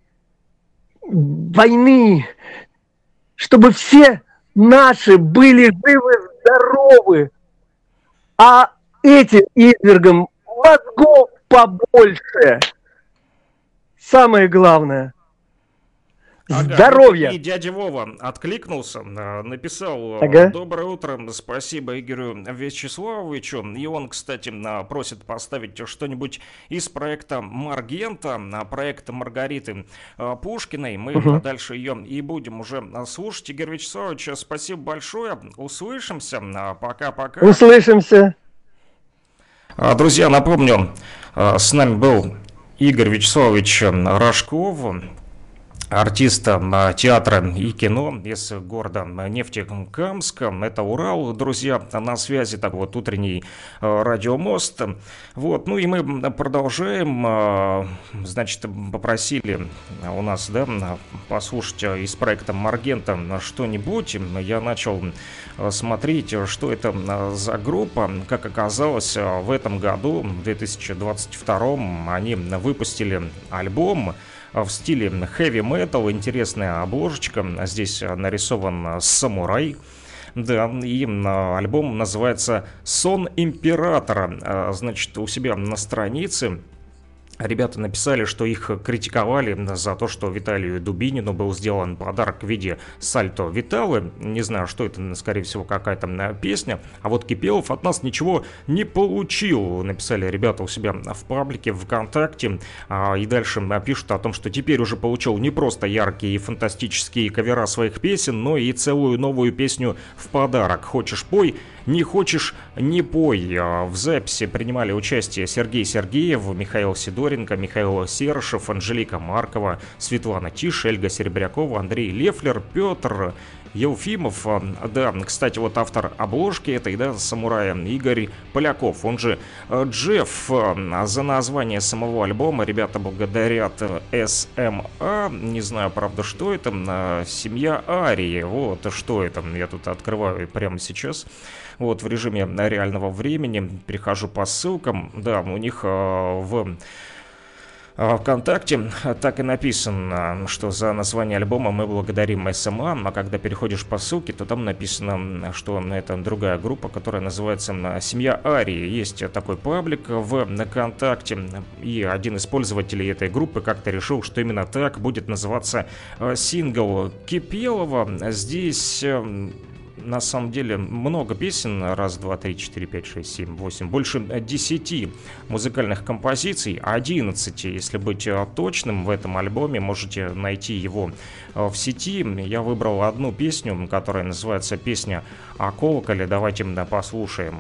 войны, чтобы все наши были живы, здоровы, а этим извергам мозгов побольше. Самое главное. Ага, Здоровья. и дядя Вова откликнулся, написал Ага. «Доброе утро, спасибо Игорю Вячеславовичу». И он, кстати, просит поставить что-нибудь из проекта «Маргента», проекта Маргариты Пушкиной. Мы дальше ее и будем уже слушать. Игорь Вячеславович, спасибо большое. Услышимся. Пока-пока. Услышимся. Друзья, напомню, с нами был Игорь Вячеславович Рожков, артист театра и кино из города Нефтекамска. Это Урал, друзья, на связи. Так вот, утренний радиомост. Вот, ну и мы продолжаем. Значит, попросили у нас, да, послушать из проекта «Маргента» что-нибудь. Я начал смотреть, что это за группа. Как оказалось, в этом году, в 2022, они выпустили альбом в стиле heavy metal, интересная обложечка, здесь нарисован самурай, да, и альбом называется «Сон императора». Значит, у себя на странице ребята написали, что их критиковали за то, что Виталию Дубинину был сделан подарок в виде сальто Виталы. Не знаю, что это, скорее всего, какая-то песня. А вот Кипелов от нас ничего не получил, написали ребята у себя в паблике ВКонтакте. И дальше пишут о том, что теперь уже получил не просто яркие и фантастические кавера своих песен, но и целую новую песню в подарок. Хочешь — пой, не хочешь — не пой. В записи принимали участие Сергей Сергеев, Михаил Сидорин, Сидоренко, Михаил Серышев, Анжелика Маркова, Светлана Тиш, Эльга Серебрякова, Андрей Лефлер, Петр Елфимов. Да, кстати, вот автор обложки этой, да, самурая, Игорь Поляков, он же Джефф. За название самого альбома ребята благодарят СМА. Не знаю, правда, что это. Семья Арии. Вот, что это. Я тут открываю прямо сейчас. Вот, в режиме реального времени. Перехожу по ссылкам. Да, у них в ВКонтакте так и написано, что за название альбома мы благодарим СМА, а когда переходишь по ссылке, то там написано, что это другая группа, которая называется «Семья Арии». Есть такой паблик в ВКонтакте, и один из пользователей этой группы как-то решил, что именно так будет называться сингл Кипелова. Здесь на самом деле много песен, раз, два, три, четыре, пять, шесть, семь, восемь, больше 10 музыкальных композиций, 11, если быть точным, в этом альбоме. Можете найти его в сети. Я выбрал одну песню, которая называется «Песня о колоколе». Давайте послушаем.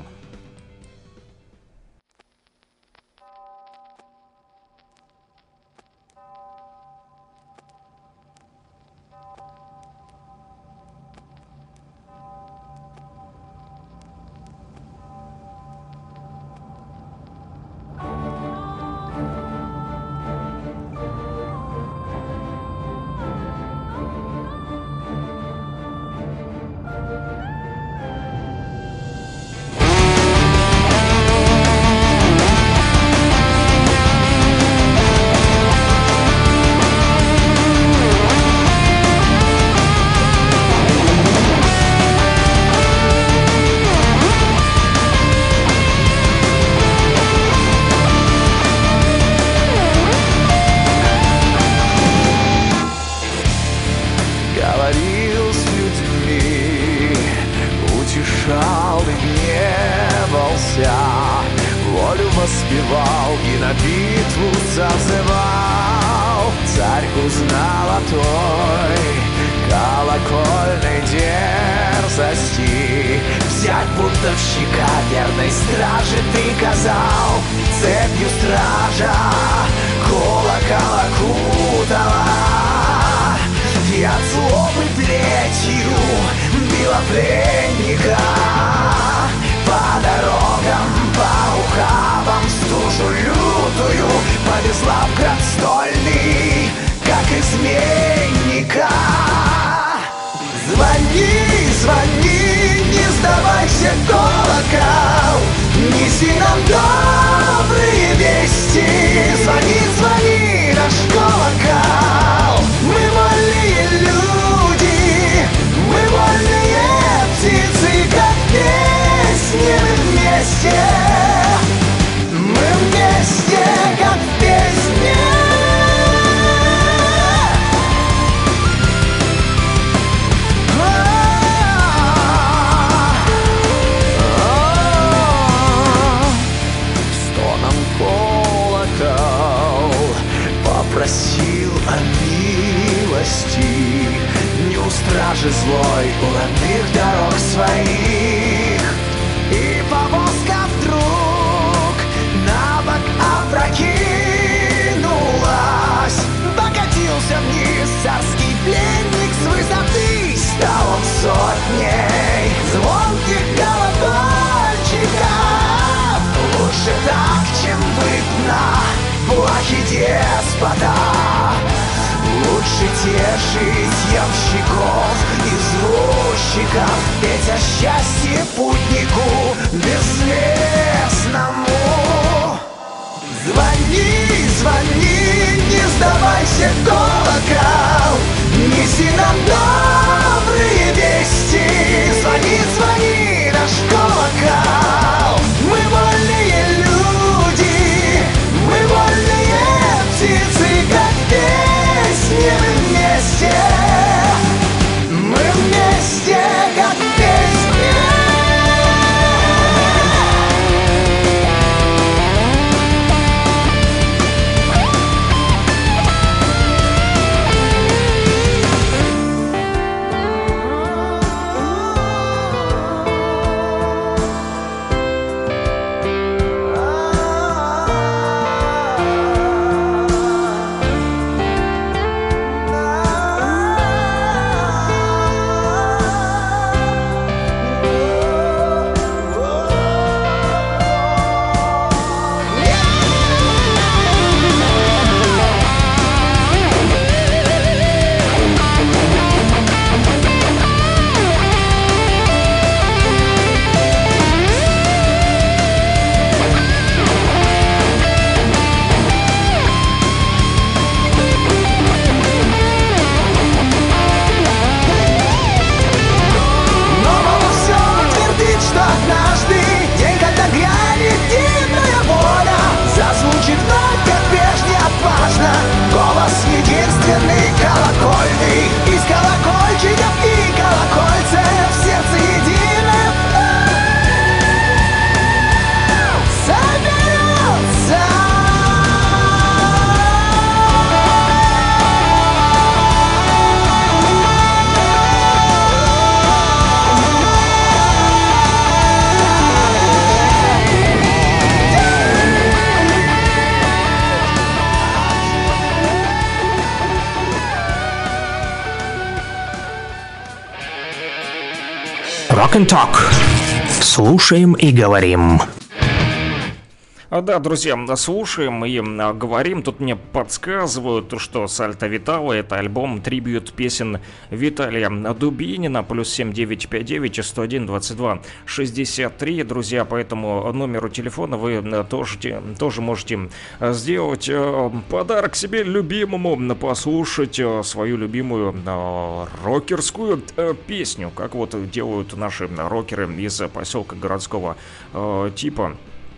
Walk and Talk. Слушаем и говорим. Да, друзья, слушаем и говорим. Тут мне подсказывают, что «Сальто Витало» — это альбом трибьют песен Виталия Дубинина, плюс 7959 101 22 63. Друзья, по этому номеру телефона вы тоже можете сделать подарок себе любимому, послушать свою любимую рокерскую песню, как вот делают наши рокеры из поселка городского типа.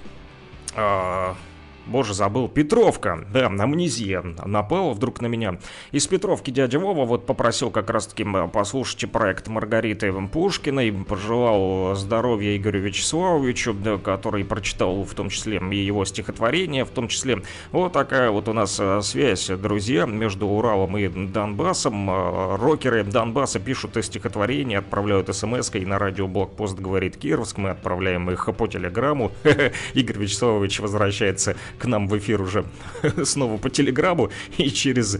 Боже, забыл. Петровка. Да, амнезия напала вдруг на меня. Из Петровки дядя Вова вот попросил как раз-таки послушать проект Маргариты Пушкиной. Пожелал здоровья Игорю Вячеславовичу, да, который прочитал в том числе и его стихотворение, в том числе. Вот такая вот у нас связь, друзья, между Уралом и Донбассом. Рокеры Донбасса пишут стихотворения, отправляют смс-кой на радио Блокпост говорит Кировск. Мы отправляем их по телеграмму. Игорь Вячеславович возвращается к нам в эфир уже снова по телеграмму и через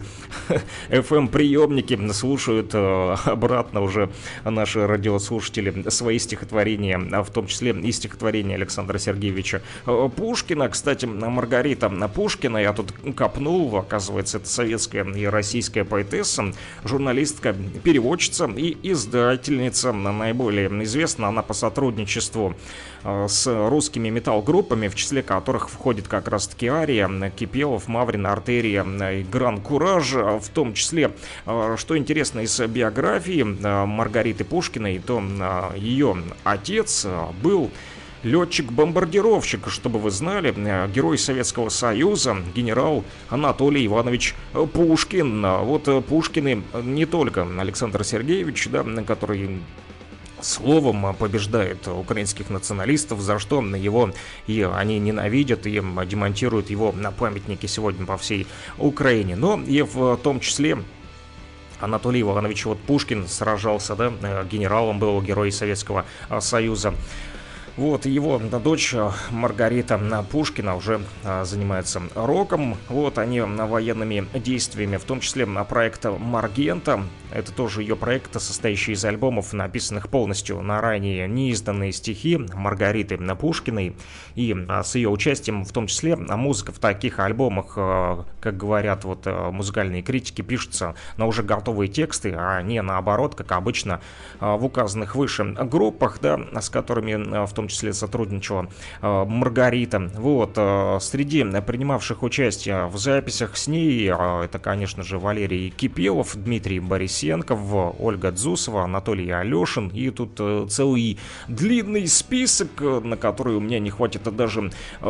FM-приемники слушают обратно уже наши радиослушатели свои стихотворения, в том числе и стихотворение Александра Сергеевича Пушкина. Кстати, Маргарита Пушкина, я тут копнул, оказывается, это советская и российская поэтесса, журналистка, переводчица и издательница. Наиболее известна она по сотрудничеству с русскими металл-группами, в числе которых входит как раз-таки Ария, Кипелов, Маврин, Артерия и Гран Кураж. В том числе, что интересно из биографии Маргариты Пушкиной, то ее отец был летчик-бомбардировщик, чтобы вы знали, герой Советского Союза, генерал Анатолий Иванович Пушкин. Вот Пушкины не только Александр Сергеевич, да, который словом побеждает украинских националистов, за что его и они ненавидят, и демонтируют его на памятнике сегодня по всей Украине. Но и в том числе Анатолий Иванович вот Пушкин сражался, да, генералом был, герой Советского Союза. Вот, его дочь Маргарита Пушкина уже занимается роком. Вот, они военными действиями, в том числе проект «Маргента». Это тоже ее проект, состоящий из альбомов, написанных полностью на ранее неизданные стихи Маргариты Пушкиной. И с ее участием, в том числе, музыка в таких альбомах, как говорят вот музыкальные критики, пишется на уже готовые тексты, а не наоборот, как обычно в указанных выше группах, да, с которыми в том числе сотрудничала Маргарита. Вот, среди принимавших участие в записях с ней, это, конечно же, Валерий Кипелов, Дмитрий Борисенков, Ольга Дзусова, Анатолий Алешин. И тут целый длинный список, на который у меня не хватит даже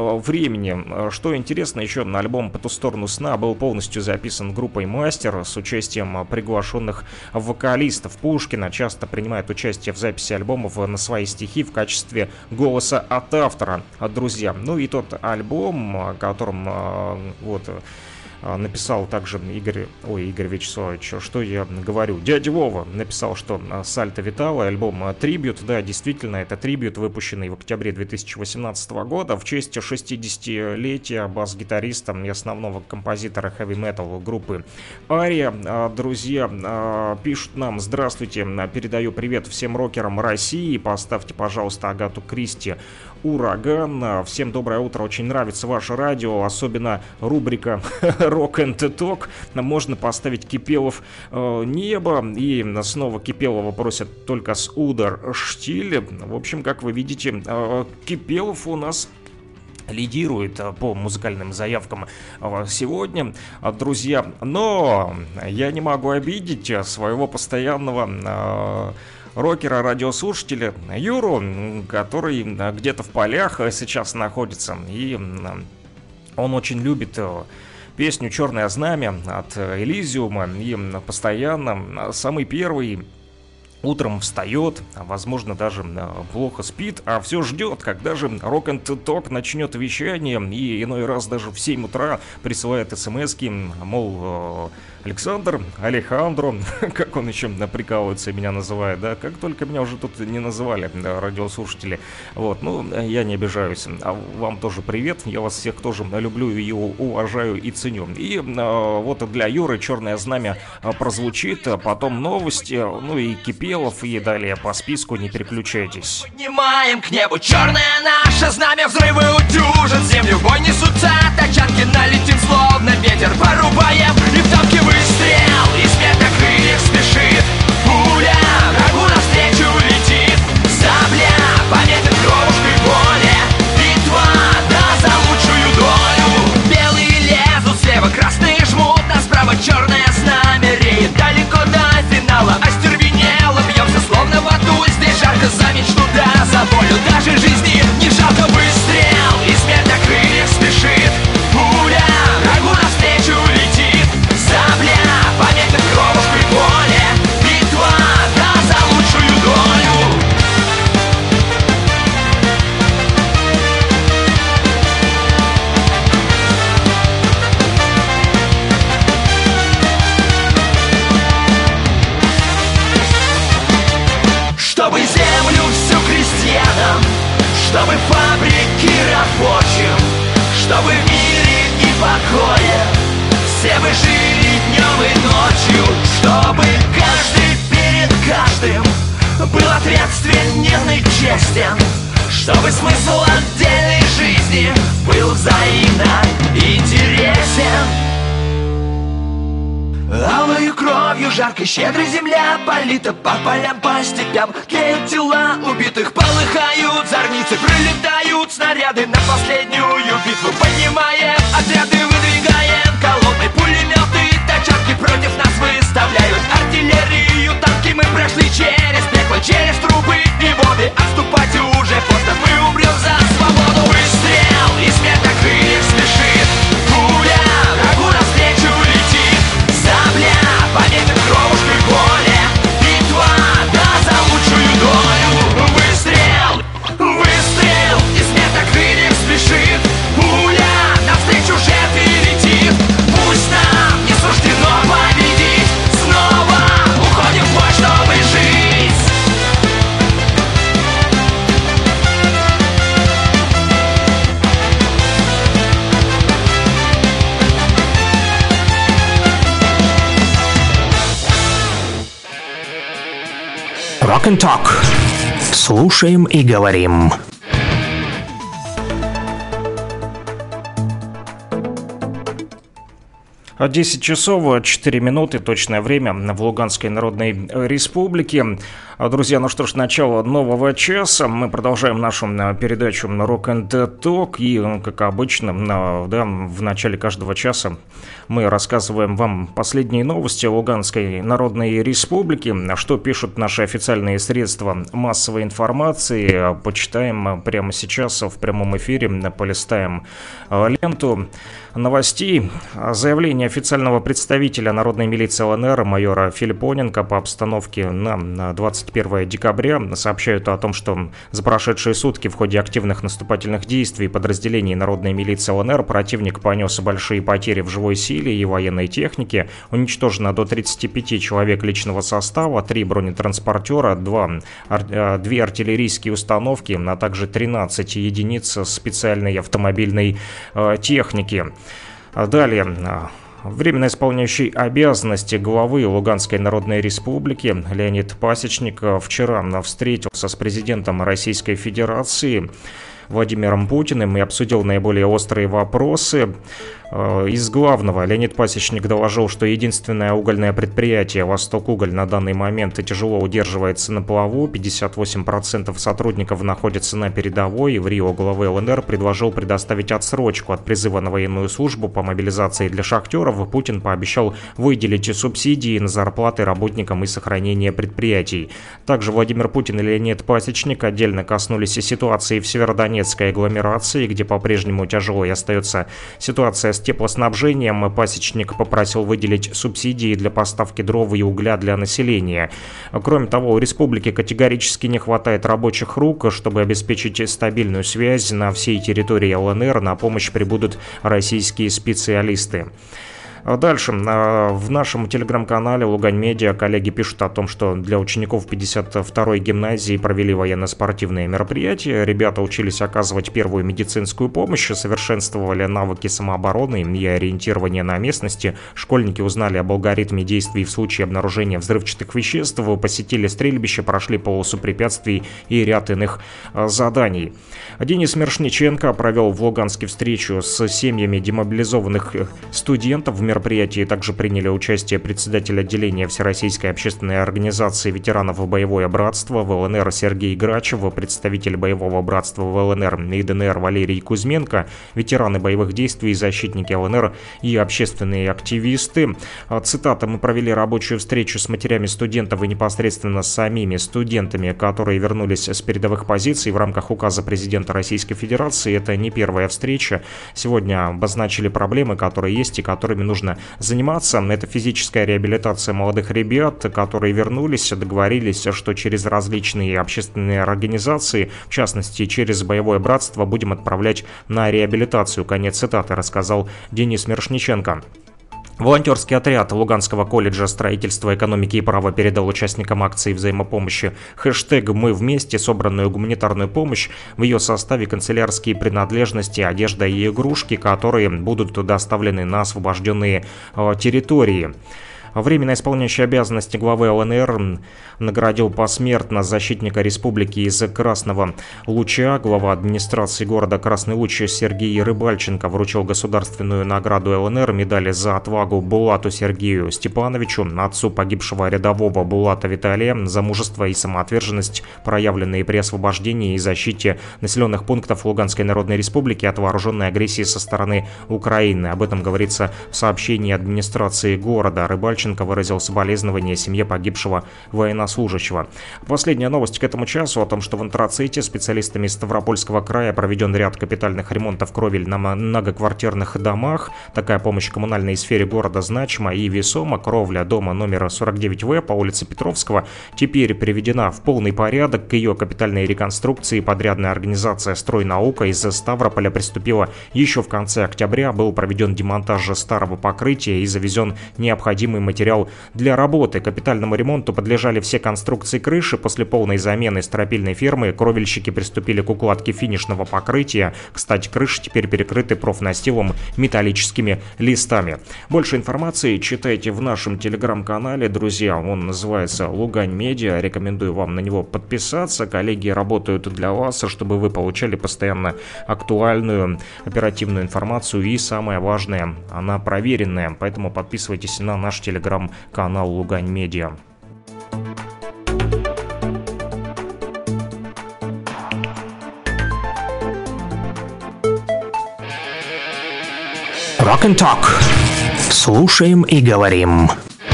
времени. Что интересно, еще на альбом «По ту сторону сна» был полностью записан группой «Мастер» с участием приглашенных вокалистов. Пушкина часто принимает участие в записи альбомов на свои стихи в качестве голоса от автора, друзья. Ну и тот альбом, о котором вот написал также Игорь Вячеславович, что я говорю, дядя Вова написал, что «Сальто Витало», альбом «Трибьют», да, действительно, это трибьют, выпущенный в октябре 2018 года в честь 60-летия бас-гитариста и основного композитора хэви-метал группы Ария. Друзья пишут нам: здравствуйте, передаю привет всем рокерам России, поставьте, пожалуйста, Агату Кристи «Ураган». Всем доброе утро, очень нравится ваше радио, особенно рубрика «Rock and Talk». Можно поставить Кипелов «Небо». И снова Кипелова просят только с удар штиль. В общем, как вы видите, Кипелов у нас лидирует по музыкальным заявкам сегодня, друзья. Но я не могу обидеть своего постоянного рокера-радиослушателя Юру, который где-то в полях сейчас находится. И он очень любит песню «Черное знамя» от Элизиума. И постоянно самый первый утром встает, возможно, даже плохо спит, а все ждет, когда же Rock and Talk начнет вещание, и иной раз даже в 7 утра присылает смс-ки, мол, Александр, Алехандро, как он еще прикалывается, меня называет, да, как только меня уже тут не называли, да, радиослушатели, вот, ну, я не обижаюсь, а вам тоже привет, я вас всех тоже люблю и уважаю и ценю, и вот для Юры «Черное знамя» прозвучит, а потом новости, ну и Кипелов, и далее по списку, не переключайтесь. Поднимаем к небу черное наше знамя, взрывы утюжат землю, в бой несутся тачанки, налетим словно ветер, порубаем и в танке выстрел, и смерть на крыльях спешит, пуля врагу навстречу летит, сабля пометит кровушкой боли, битва да за лучшую долю, белые лезут слева, красные жмут, а справа черное знамя реет, далеко до финала, остервенело бьемся словно в аду, здесь жарко за мечту да за волю, даже жизни не жалко, выстрел, и смерть на крыльях спешит, пуля врагу навстречу летит, сабля пометит кровушкой боли, битва да за лучшую долю. Чтобы землю всю крестьянам, чтобы фабрики рабочим, чтобы в мире и покое все вы жили днем и ночью, чтобы каждый перед каждым был ответственен и честен, чтобы смысл отдельной жизни был взаимно интересен. Алою кровью жаркой щедрой земля полита по полям, по степям, тлеют тела убитых, полыхают зорницы, пролетают снаряды на последнюю битву, поднимаем отряды, выдвигаем колонны, пулеметы, тачанки против нас выставляют артиллерию, танки, мы прошли через пекло, через трубы и воды, отступать уже поздно, мы умрем за свободу, выстрел, и смерть на крыльях спешит, пуля врагу навстречу летит, сабля пометит кровушкой боли, битва да за лучшую долю, выстрел, выстрел, и смерть на крыльях спешит, пуля навстречу жертве летит, пусть нам не суждено победить, снова уходим в бой, чтобы жить. Rock and Talk. Слушаем и говорим. А 10 часов 4 минуты, точное время в Луганской Народной Республике. Друзья, ну что ж, начало нового часа. Мы продолжаем нашу передачу Rock and Talk. И, как обычно, да, в начале каждого часа мы рассказываем вам последние новости Луганской Народной Республики. Что пишут наши официальные средства массовой информации. Почитаем прямо сейчас в прямом эфире, полистаем ленту новостей. Заявление официального представителя народной милиции ЛНР майора Филиппоненко по обстановке на 21 декабря сообщают о том, что за прошедшие сутки в ходе активных наступательных действий подразделений народной милиции ЛНР противник понес большие потери в живой силе и военной технике. Уничтожено до 35 человек личного состава, 3 бронетранспортера, 2 артиллерийские установки, а также 13 единиц специальной автомобильной техники. Далее. Временно исполняющий обязанности главы Луганской Народной Республики Леонид Пасечник вчера встретился с президентом Российской Федерации Владимиром Путиным и обсудил наиболее острые вопросы. Из главного Леонид Пасечник доложил, что единственное угольное предприятие «Восток-Уголь» на данный момент тяжело удерживается на плаву, 58% сотрудников находятся на передовой, и в Рио главы ЛНР предложил предоставить отсрочку от призыва на военную службу по мобилизации для шахтеров. Путин пообещал выделить субсидии на зарплаты работникам и сохранение предприятий. Также Владимир Путин и Леонид Пасечник отдельно коснулись и ситуации в Северодонецкой агломерации, где по-прежнему тяжелой остается ситуация с теплоснабжением. Пасечник попросил выделить субсидии для поставки дров и угля для населения. Кроме того, у республики категорически не хватает рабочих рук, чтобы обеспечить стабильную связь на всей территории ЛНР. На помощь прибудут российские специалисты. Дальше. В нашем телеграм-канале Лугань Медиа коллеги пишут о том, что для учеников 52-й гимназии провели военно-спортивные мероприятия. Ребята учились оказывать первую медицинскую помощь, совершенствовали навыки самообороны и ориентирования на местности. Школьники узнали об алгоритме действий в случае обнаружения взрывчатых веществ, посетили стрельбище, прошли полосу препятствий и ряд иных заданий. Денис Мершниченко провел в Луганске встречу с семьями демобилизованных студентов. В мероприятии также приняли участие председатель отделения Всероссийской общественной организации ветеранов боевое братство в ЛНР Сергей Грачев, представитель боевого братства в ЛНР и ДНР Валерий Кузьменко, ветераны боевых действий, защитники ЛНР и общественные активисты. Цитата: «Мы провели рабочую встречу с матерями студентов и непосредственно с самими студентами, которые вернулись с передовых позиций в рамках указа президента Российской Федерации. Это не первая встреча. Сегодня обозначили проблемы, которые есть и которыми нужно заниматься. Это физическая реабилитация молодых ребят, которые вернулись, договорились, что через различные общественные организации, в частности через боевое братство, будем отправлять на реабилитацию». Конец цитаты, рассказал Денис Мершниченко. Волонтерский отряд Луганского колледжа строительства, экономики и права передал участникам акции взаимопомощи хэштег «Мы вместе» собранную гуманитарную помощь. В ее составе канцелярские принадлежности, одежда и игрушки, которые будут доставлены на освобожденные территории. Временно исполняющий обязанности главы ЛНР наградил посмертно защитника республики из Красного Луча. Глава администрации города Красный Луч Сергей Рыбальченко вручил государственную награду ЛНР, медали за отвагу Булату Сергею Степановичу, отцу погибшего рядового Булата Виталия, за мужество и самоотверженность, проявленные при освобождении и защите населенных пунктов Луганской Народной Республики от вооруженной агрессии со стороны Украины. Об этом говорится в сообщении администрации города. Рыбальченко выразил соболезнования семье погибшего военнослужащего. Последняя новость к этому часу о том, что в Антраците специалистами Ставропольского края проведен ряд капитальных ремонтов кровель на многоквартирных домах. Такая помощь в коммунальной сфере города значима и весома. Кровля дома номер 49В по улице Петровского теперь приведена в полный порядок. К ее капитальной реконструкции подрядная организация «Стройнаука» из Ставрополя приступила еще в конце октября. Был проведен демонтаж старого покрытия и завезен необходимый материал для работы. Капитальному ремонту подлежали все конструкции крыши. После полной замены стропильной фермы кровельщики приступили к укладке финишного покрытия. Кстати, крыши теперь перекрыты профнастилом металлическими листами. Больше информации читайте в нашем телеграм-канале, друзья. Он называется Лугань Медиа. Рекомендую вам на него подписаться. Коллеги работают для вас, чтобы вы получали постоянно актуальную, оперативную информацию и, самое важное, она проверенная. Поэтому подписывайтесь на наш телеграм-канал Лугань Медиа. Rock and Talk. Слушаем и говорим.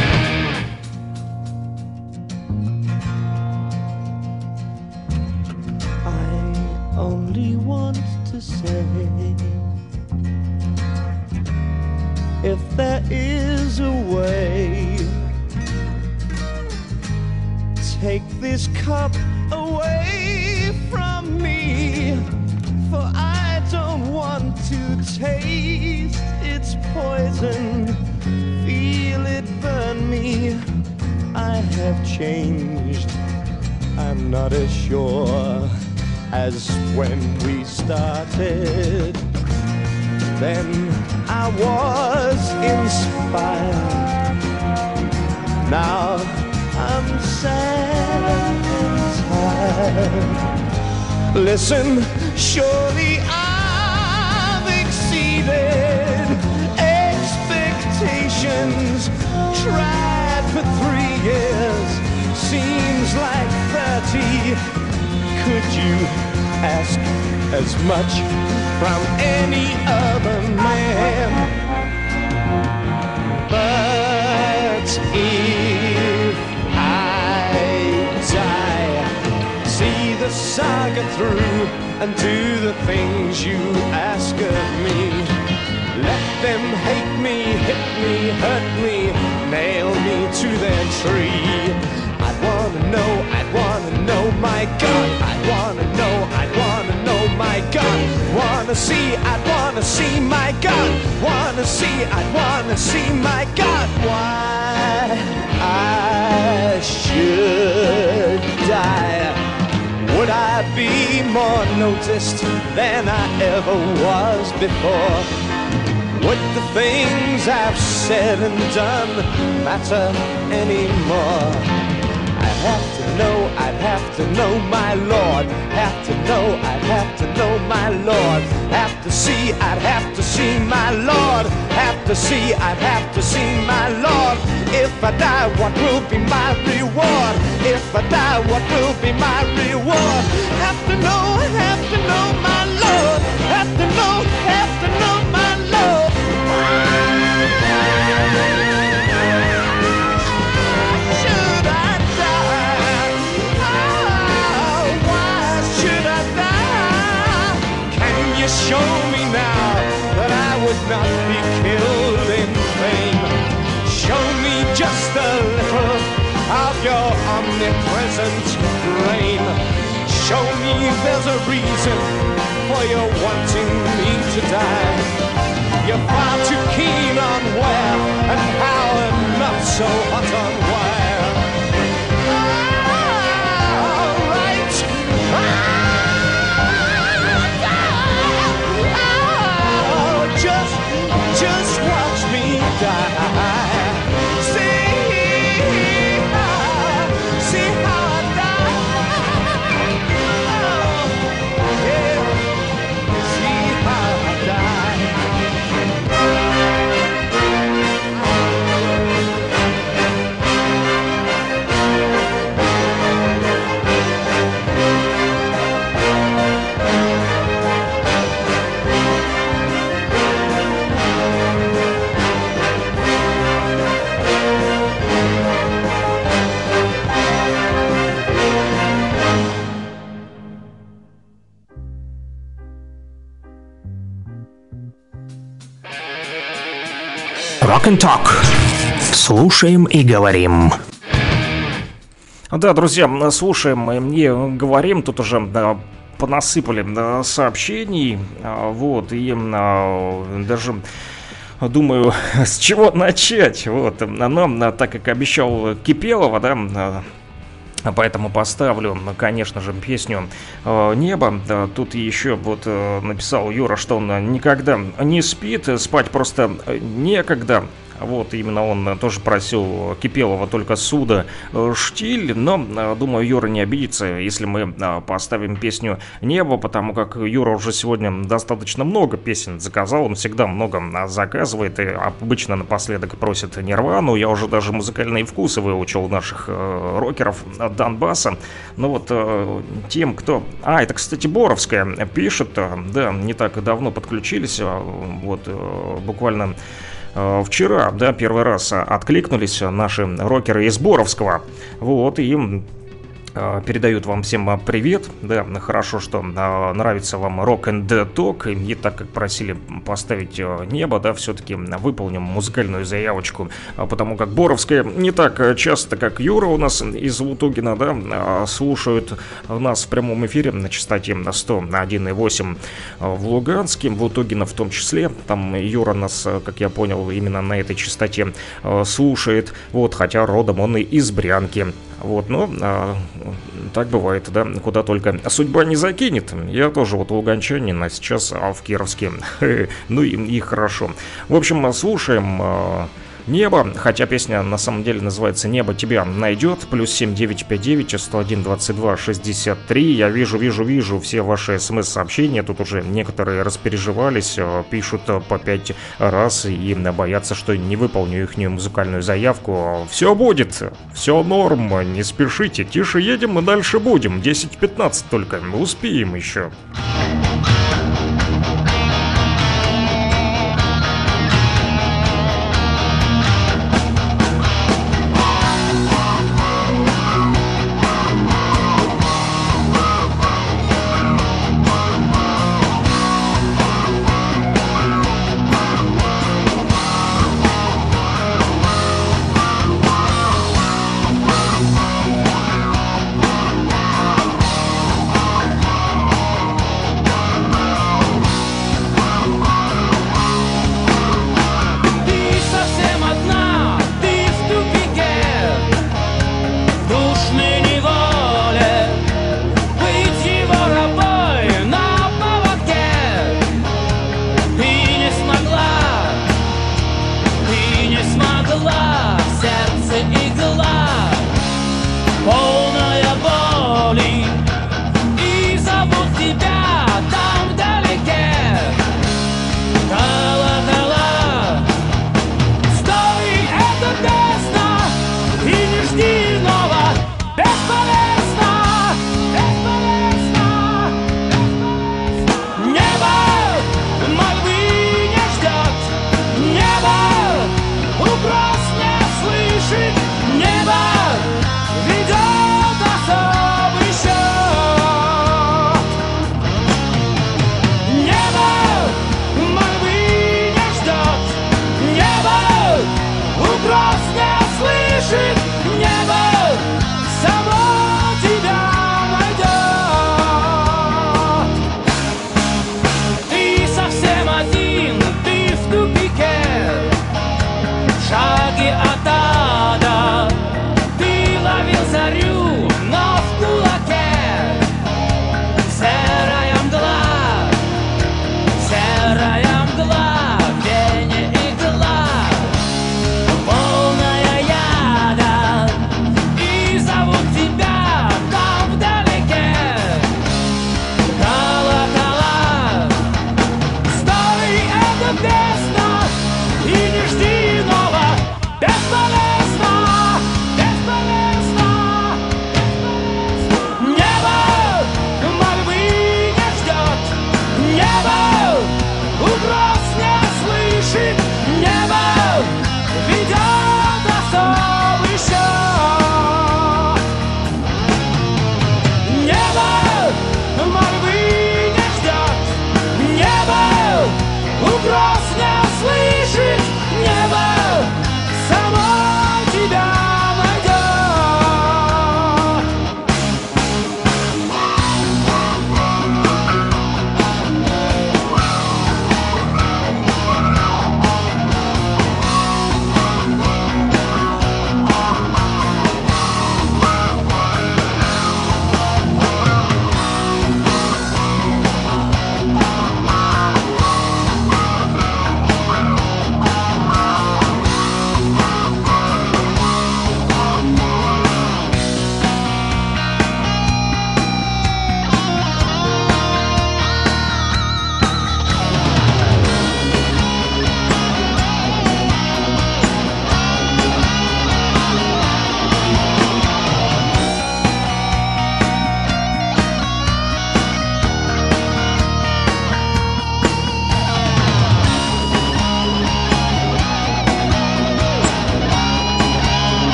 If there is a way, take this cup away from me, for I don't want to taste its poison, feel it burn me. I have changed, I'm not as sure as when we started. Then I was inspired. Now I'm sad and tired. Listen, surely I've exceeded expectations. Tried for 3 years, seems like 30. Could you ask as much from any other man? But if I die, see the saga through and do the things you ask of me. Let them hate me, hit me, hurt me, nail me to their tree. I'd wanna know, my God, I'd wanna know, my God, wanna I'd wanna see my God. I'd wanna see my God. Why I should die? Would I be more noticed than I ever was before? Would the things I've said and done matter anymore? I'd have to know my Lord. I'd have to know my Lord. I'd have to see my Lord. I'd have to see my Lord. If I die, what will be my reward? If I die, what will be my reward? Have to know my Lord. Have to know my Lord. Should I die? Oh, why should I die? Can you show me now that I would not be killed in vain? Show me just a little of your omnipresent brain. Show me there's a reason for your wanting me to die. You're far too keen on where and how and not so hot on where. All right. Just watch me die. See how I die. Yeah. See how I die. Rock and Talk. Слушаем и говорим. Да, друзья, слушаем и говорим, тут уже понасыпали сообщений, вот, и даже думаю, с чего начать, вот, но так как обещал Кипелова, да, поэтому поставлю, конечно же, песню «Небо». Да, тут еще вот написал Юра, что он никогда не спит, спать просто некогда. Вот, именно он тоже просил Кипелова только суда штиль, но, думаю, Юра не обидится, если мы поставим песню «Небо», потому как Юра уже сегодня достаточно много песен заказал, он всегда много заказывает и обычно напоследок просит Нирвану. Я уже даже музыкальные вкусы выучил наших рокеров Донбасса. Но вот тем, кто... это, кстати, Боровская пишет, да, не так давно подключились, вот, буквально... Вчера, да, первый раз откликнулись наши рокеры из Боровского. Вот, и им передают вам всем привет. Да, хорошо, что нравится вам Rock and Talk. И так как просили поставить «Небо», да, все-таки выполним музыкальную заявочку. Потому как Боровская не так часто, как Юра у нас из Лутугина, да, слушают нас в прямом эфире на частоте 101,8 в Луганске, в Лутугина в том числе. Там Юра нас, как я понял, именно на этой частоте слушает. Вот, хотя родом он и из Брянки. Вот, но так бывает, да, куда только судьба не закинет. Я тоже вот луганчанин, а сейчас в Кировске. Ну и хорошо. В общем, слушаем «Небо», хотя песня на самом деле называется «Небо тебя найдет». Плюс 7959 101 22 63. Я вижу все ваши смс-сообщения. Тут уже некоторые распереживались, пишут по 5 раз и боятся, что не выполню их музыкальную заявку. Все будет, все норм, не спешите, тише едем, мы дальше будем. 10-15 только, успеем еще.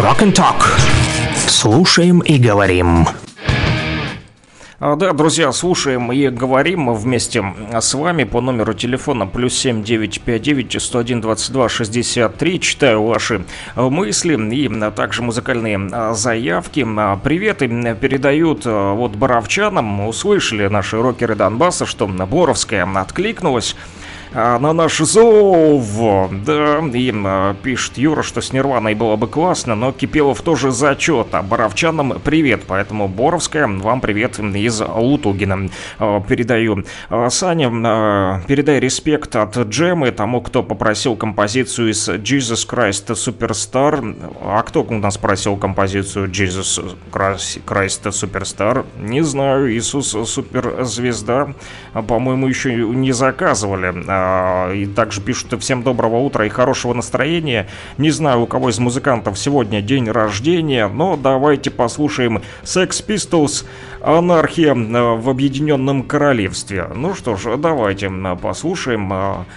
Rock and Talk. Слушаем и говорим. Да, друзья, слушаем и говорим вместе с вами по номеру телефона +7 959 101 22 63. Читаю ваши мысли и также музыкальные заявки. Приветы передают вот боровчанам. Услышали наши рокеры Донбасса, что Боровская откликнулась на наш зов. Да, им пишет Юра, что с Нирваной было бы классно, но Кипелов тоже зачет. А боровчанам привет, поэтому Боровская, вам привет из Лутугина передаю. Саня, передай респект от Джемы тому, кто попросил композицию из Jesus Christ Superstar. А кто у нас просил композицию Jesus Christ Superstar? Не знаю, Иисус Суперзвезда, по-моему, еще не заказывали. И также пишут: всем доброго утра и хорошего настроения. Не знаю, у кого из музыкантов сегодня день рождения, но давайте послушаем Sex Pistols «Анархия в Объединенном Королевстве». Ну что ж, давайте послушаем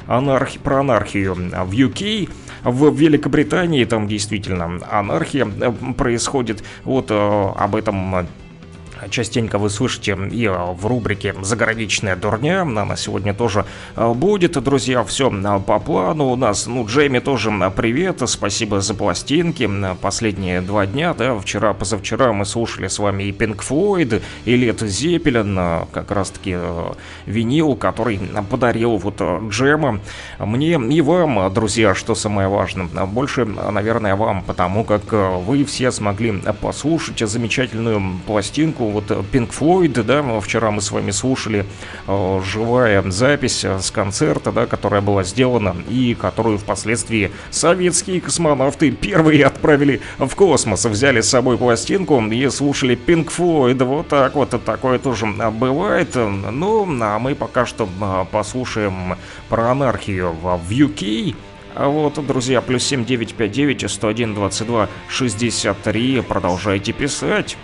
про анархию в UK. В Великобритании там действительно анархия происходит. Вот об этом частенько вы слышите и в рубрике «Заграничная дурня». Она сегодня тоже будет, друзья, все по плану у нас. Ну, Джейми тоже привет, спасибо за пластинки. Последние 2 дня, да, вчера-позавчера мы слушали с вами и Pink Floyd, и Led Zeppelin, как раз-таки винил, который подарил вот Джема мне и вам, друзья, что самое важное. Больше, наверное, вам, потому как вы все смогли послушать замечательную пластинку вот Pink Floyd, да, вчера мы с вами слушали живая запись с концерта, да, которая была сделана и которую впоследствии советские космонавты первые отправили в космос, взяли с собой пластинку и слушали Pink Floyd. Вот так вот, такое тоже бывает. Ну, а мы пока что послушаем про анархию в UK. Вот, друзья, +7 959 101 22 63. Продолжайте писать.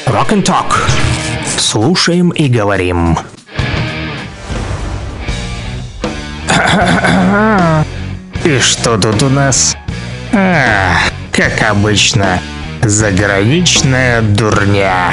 Rock and Talk. Слушаем и говорим. И что тут у нас? Как обычно, заграничная дурня.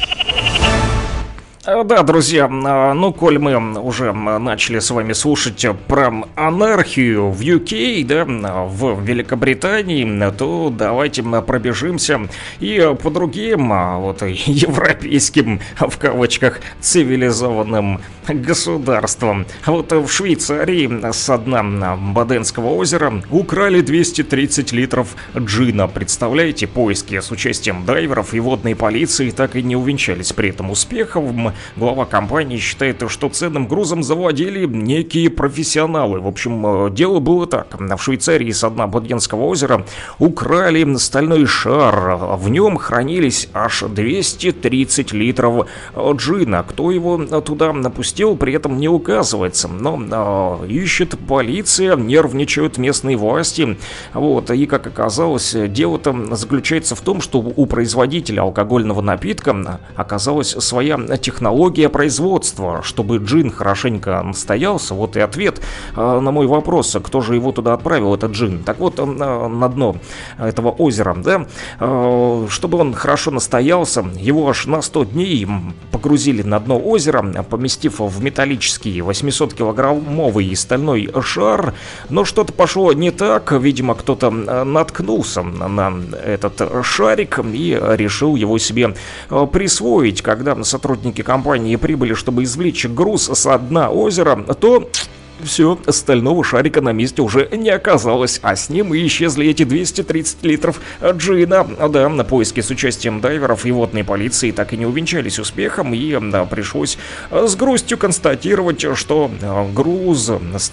Да, друзья, ну, коль мы уже начали с вами слушать про анархию в UK, да, в Великобритании, то давайте мы пробежимся и по другим, вот, европейским, в кавычках, цивилизованным государствам. Вот в Швейцарии с дна Боденского озера украли 230 литров джина. Представляете, поиски с участием дайверов и водной полиции так и не увенчались при этом успехом. Глава компании считает, что ценным грузом завладели некие профессионалы. В общем, дело было так. В Швейцарии с дна Боденского озера украли стальной шар. В нем хранились аж 230 литров джина. Кто его туда напустил, при этом не указывается. Но ищет полиция, нервничают местные власти. Вот. И, как оказалось, дело-то заключается в том, что у производителя алкогольного напитка оказалась своя технология производства, чтобы джин хорошенько настоялся. Вот и ответ на мой вопрос, кто же его туда отправил, этот джин. Так вот, на дно этого озера, да, чтобы он хорошо настоялся, его аж на 100 дней погрузили на дно озера, поместив в металлический 800-килограммовый стальной шар. Но что-то пошло не так, видимо, кто-то наткнулся на этот шарик и решил его себе присвоить. Когда сотрудники компании прибыли, чтобы извлечь груз со дна озера, то все, стального шарика на месте уже не оказалось, а с ним и исчезли эти 230 литров джина. Да, на поиски с участием дайверов и водной полиции так и не увенчались успехом, и пришлось с грустью констатировать, что груз,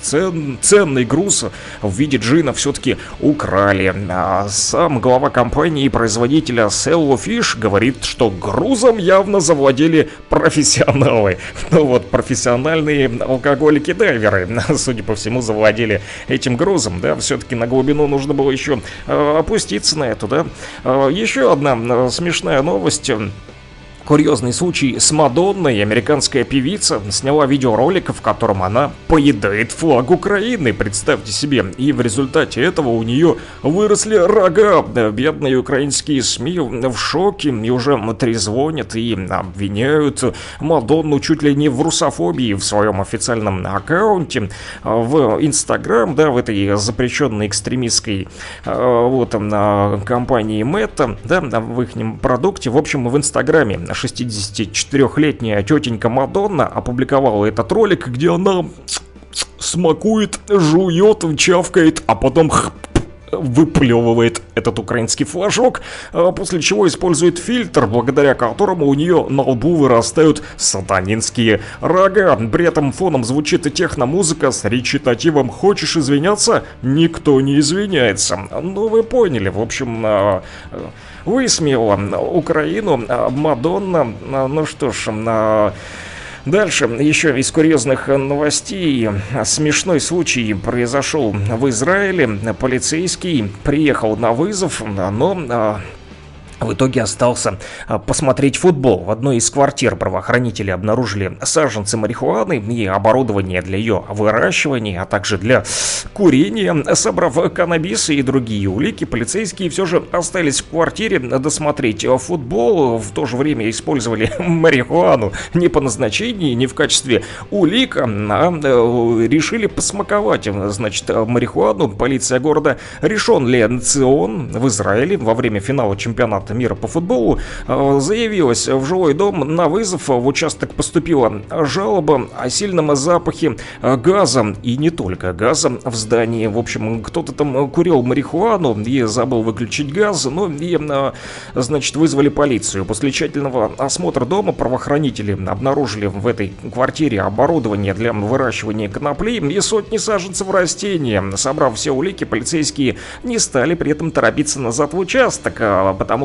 ценный груз в виде джина все-таки украли. А сам глава компании и производителя Cello Fish говорит, что грузом явно завладели профессионалы. Ну вот, профессиональные алкоголики-дайверы, судя по всему, завладели этим грузом, да, все-таки на глубину нужно было еще опуститься на эту, да. Еще одна смешная новость. Курьезный случай с Мадонной. Американская певица сняла видеоролик, в котором она поедает флаг Украины, представьте себе. И в результате этого у нее выросли рога. Бедные украинские СМИ в шоке и уже трезвонят и обвиняют Мадонну чуть ли не в русофобии в своем официальном аккаунте в Инстаграм, да, в этой запрещенной экстремистской вот компании Мета, да, в их продукте. В общем, в Инстаграме 64-летняя тетенька Мадонна опубликовала этот ролик, где она смакует, жует, чавкает, а потом выплевывает этот украинский флажок, после чего использует фильтр, благодаря которому у нее на лбу вырастают сатанинские рога. При этом фоном звучит и техномузыка с речитативом «Хочешь извиняться?» Никто не извиняется. Ну, вы поняли, в общем, высмеяла Украину Мадонна. Ну что ж, дальше еще из курьезных новостей. Смешной случай произошел в Израиле. Полицейский приехал на вызов, но в итоге остался посмотреть футбол. В одной из квартир правоохранители обнаружили саженцы марихуаны и оборудование для ее выращивания, а также для курения. Собрав каннабис и другие улики, полицейские все же остались в квартире досмотреть футбол. В то же время использовали марихуану не по назначению, не в качестве улик, а решили посмаковать, значит, марихуану. Полиция города Ришон Ле-Цион в Израиле во время финала чемпионата мира по футболу заявилась в жилой дом на вызов. В участок поступила жалоба о сильном запахе газа, и не только газа в здании. В общем, кто-то там курил марихуану и забыл выключить газ, ну и, значит, вызвали полицию. После тщательного осмотра дома правоохранители обнаружили в этой квартире оборудование для выращивания конопли и сотни саженцев растения. Собрав все улики, полицейские не стали при этом торопиться назад в участок, потому как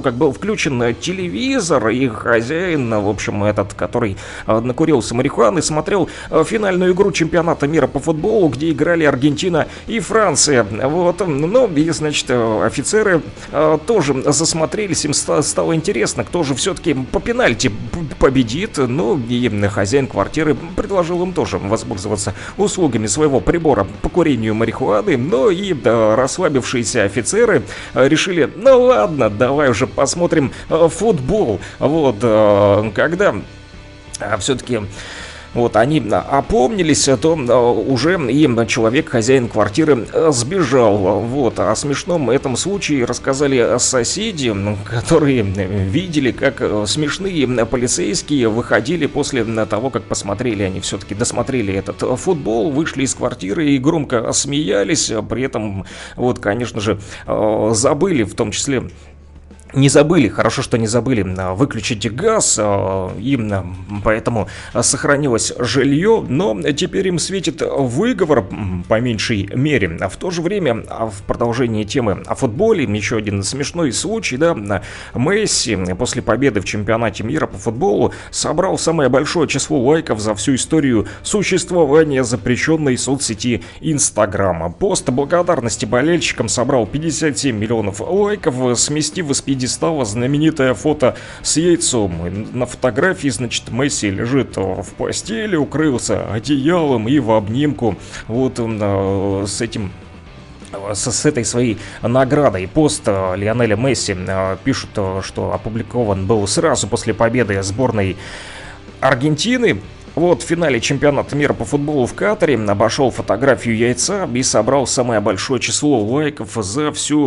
как был включен телевизор, и хозяин, в общем, этот, который накурился марихуаны, смотрел финальную игру чемпионата мира по футболу, где играли Аргентина и Франция. Вот, ну, и, значит, офицеры тоже засмотрелись, им стало интересно, кто же все-таки по пенальти победит. Ну, и хозяин квартиры предложил им тоже воспользоваться услугами своего прибора по курению марихуаны. Но и расслабившиеся офицеры решили: ну ладно, давай уже посмотрим футбол. Вот, когда все-таки вот они опомнились, то уже им человек, хозяин квартиры, сбежал. Вот. О смешном этом случае рассказали соседи, которые видели, как смешные полицейские выходили после того, как посмотрели, они все-таки досмотрели этот футбол, вышли из квартиры и громко смеялись. При этом, вот, конечно же, забыли, в том числе... Не забыли, хорошо, что не забыли выключить газ, и поэтому сохранилось жилье, но теперь им светит выговор по меньшей мере. А в то же время, в продолжении темы о футболе, еще один смешной случай, да, Месси после победы в чемпионате мира по футболу собрал самое большое число лайков за всю историю существования запрещенной соцсети Инстаграма. Пост благодарности болельщикам собрал 57 миллионов лайков, сместив с пьедестала знаменитое фото с яйцом. На фотографии, значит, Месси лежит в постели, укрылся одеялом и в обнимку вот с этим... С этой своей наградой. Пост Лионеля Месси пишут, что опубликован был сразу после победы сборной Аргентины. Вот в финале чемпионата мира по футболу в Катаре обошел фотографию яйца и собрал самое большое число лайков за всю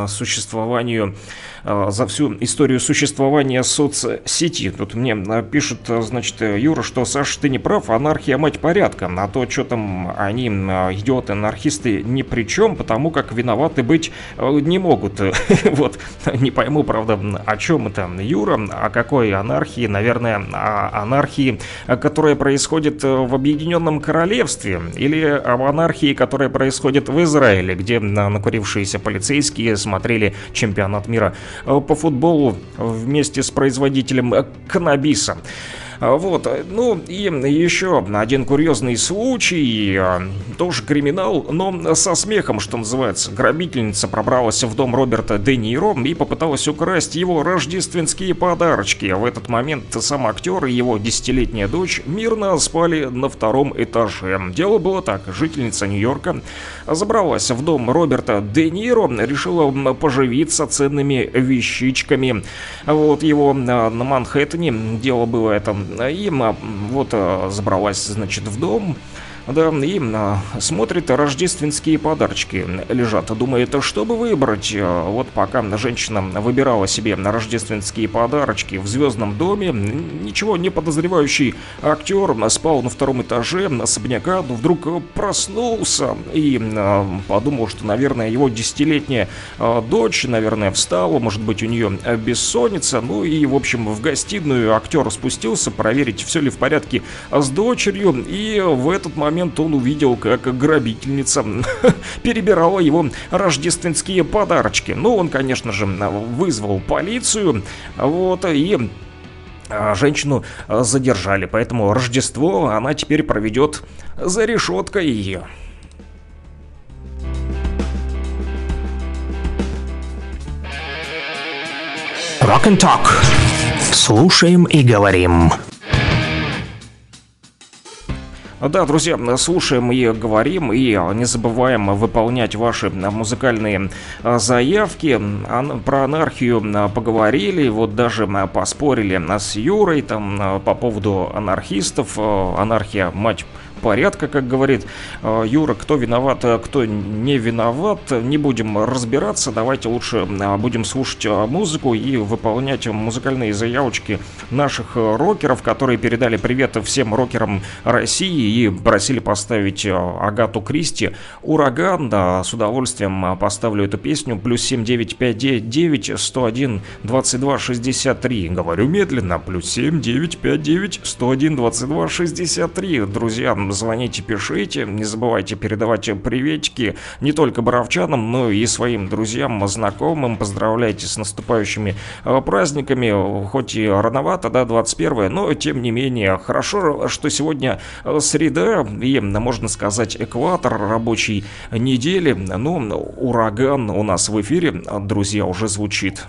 историю существования соцсети. Тут мне пишут, значит, Юра, что, Саша, ты не прав, анархия мать порядка, а то, что там они, идиоты, анархисты, ни при чем, потому как виноваты быть не могут. Вот, не пойму, правда, о чем это Юра, о какой анархии, наверное, о анархии, которая происходит в Объединенном Королевстве, или об анархии, которая происходит в Израиле, где накурившиеся полицейские смотрели чемпионат мира по футболу вместе с производителем каннабиса. Вот, ну и еще один курьезный случай, тоже криминал, но со смехом, что называется. Грабительница пробралась в дом Роберта Де Ниро и попыталась украсть его рождественские подарочки. В этот момент сам актер и его 10-летняя дочь мирно спали на втором этаже. Дело было так: жительница Нью-Йорка забралась в дом Роберта Де Ниро, решила поживиться ценными вещичками. Вот его на Манхэттене, дело было это. И вот забралась, значит, в дом, да, и смотрит, рождественские подарочки лежат. Думает, что бы выбрать. Вот пока женщина выбирала себе рождественские подарочки в звездном доме, ничего не подозревающий актер спал на втором этаже особняка, но вдруг проснулся и подумал, что, наверное, его 10-летняя дочь, наверное, встала, может быть, у нее бессонница. Ну и, в общем, в гостиную актер спустился проверить, все ли в порядке с дочерью, и в этот момент он увидел, как грабительница перебирала его рождественские подарочки. Ну, он, конечно же, вызвал полицию, вот, и женщину задержали. Поэтому Рождество она теперь проведет за решеткой. Rock and Talk. Слушаем и говорим. Да, друзья, слушаем и говорим, и не забываем выполнять ваши музыкальные заявки. Про анархию поговорили, вот даже поспорили с Юрой там по поводу анархистов. Анархия мать порядка, как говорит Юра. Кто виноват, кто не виноват, не будем разбираться. Давайте лучше будем слушать музыку и выполнять музыкальные заявочки наших рокеров, которые передали привет всем рокерам России и просили поставить Агату Кристи «Ураган». Да, с удовольствием поставлю эту песню. +7 959 101 22 63. Говорю медленно. +7 959 101 22 63. Друзья, звоните, пишите. Не забывайте передавать приветики не только боровчанам, но и своим друзьям, знакомым. Поздравляйте с наступающими праздниками. Хоть и рановато, да, 21-е, но тем не менее. Хорошо, что сегодня среда и, можно сказать, экватор рабочей недели. Ну, ураган у нас в эфире, друзья, уже звучит.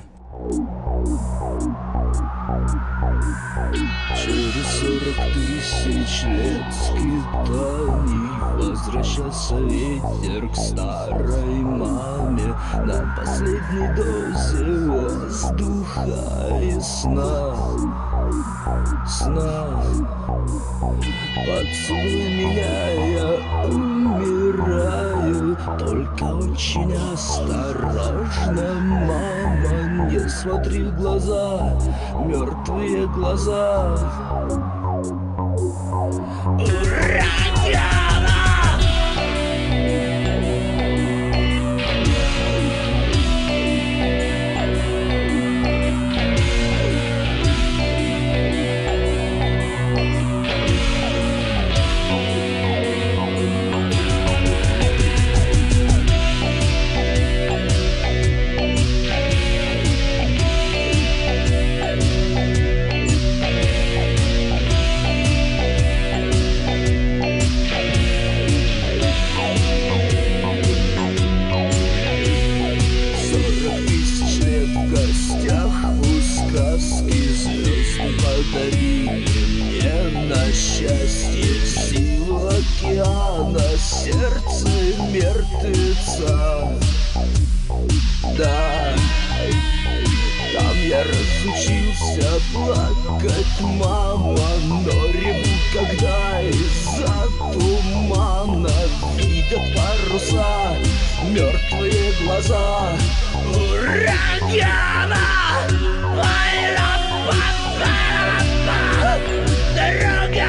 Через 40 тысяч лет скитаний возвращался ветер к старой маме на последней дозе воздуха и сна. Поцелуй меня, я умираю, только очень осторожно, мама, не смотри в глаза, мертвые глаза. Подарили мне на счастье силу океана, сердце мертвеца. Да, там я разучился плакать, мама, но реву, когда из-за тумана видят паруса мертвые глаза урагана. Дорога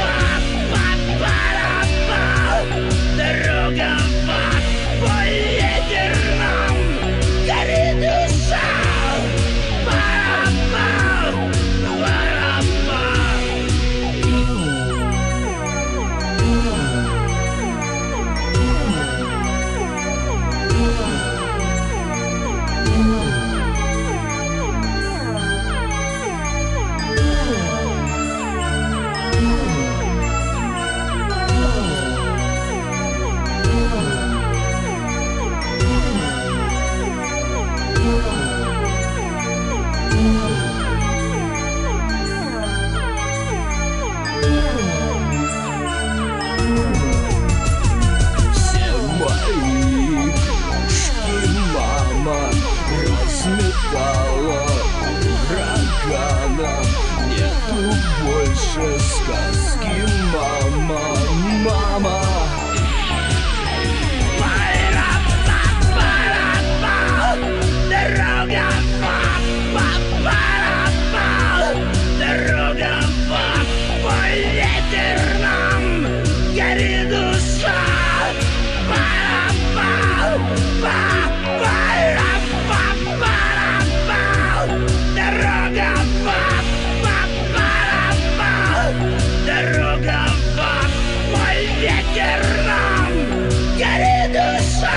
дорога по ветерным горит душа. Нету больше сказки, мама, мама. Дорога, дорога по ветерным горит душа. Дорога по ветерным горит душа.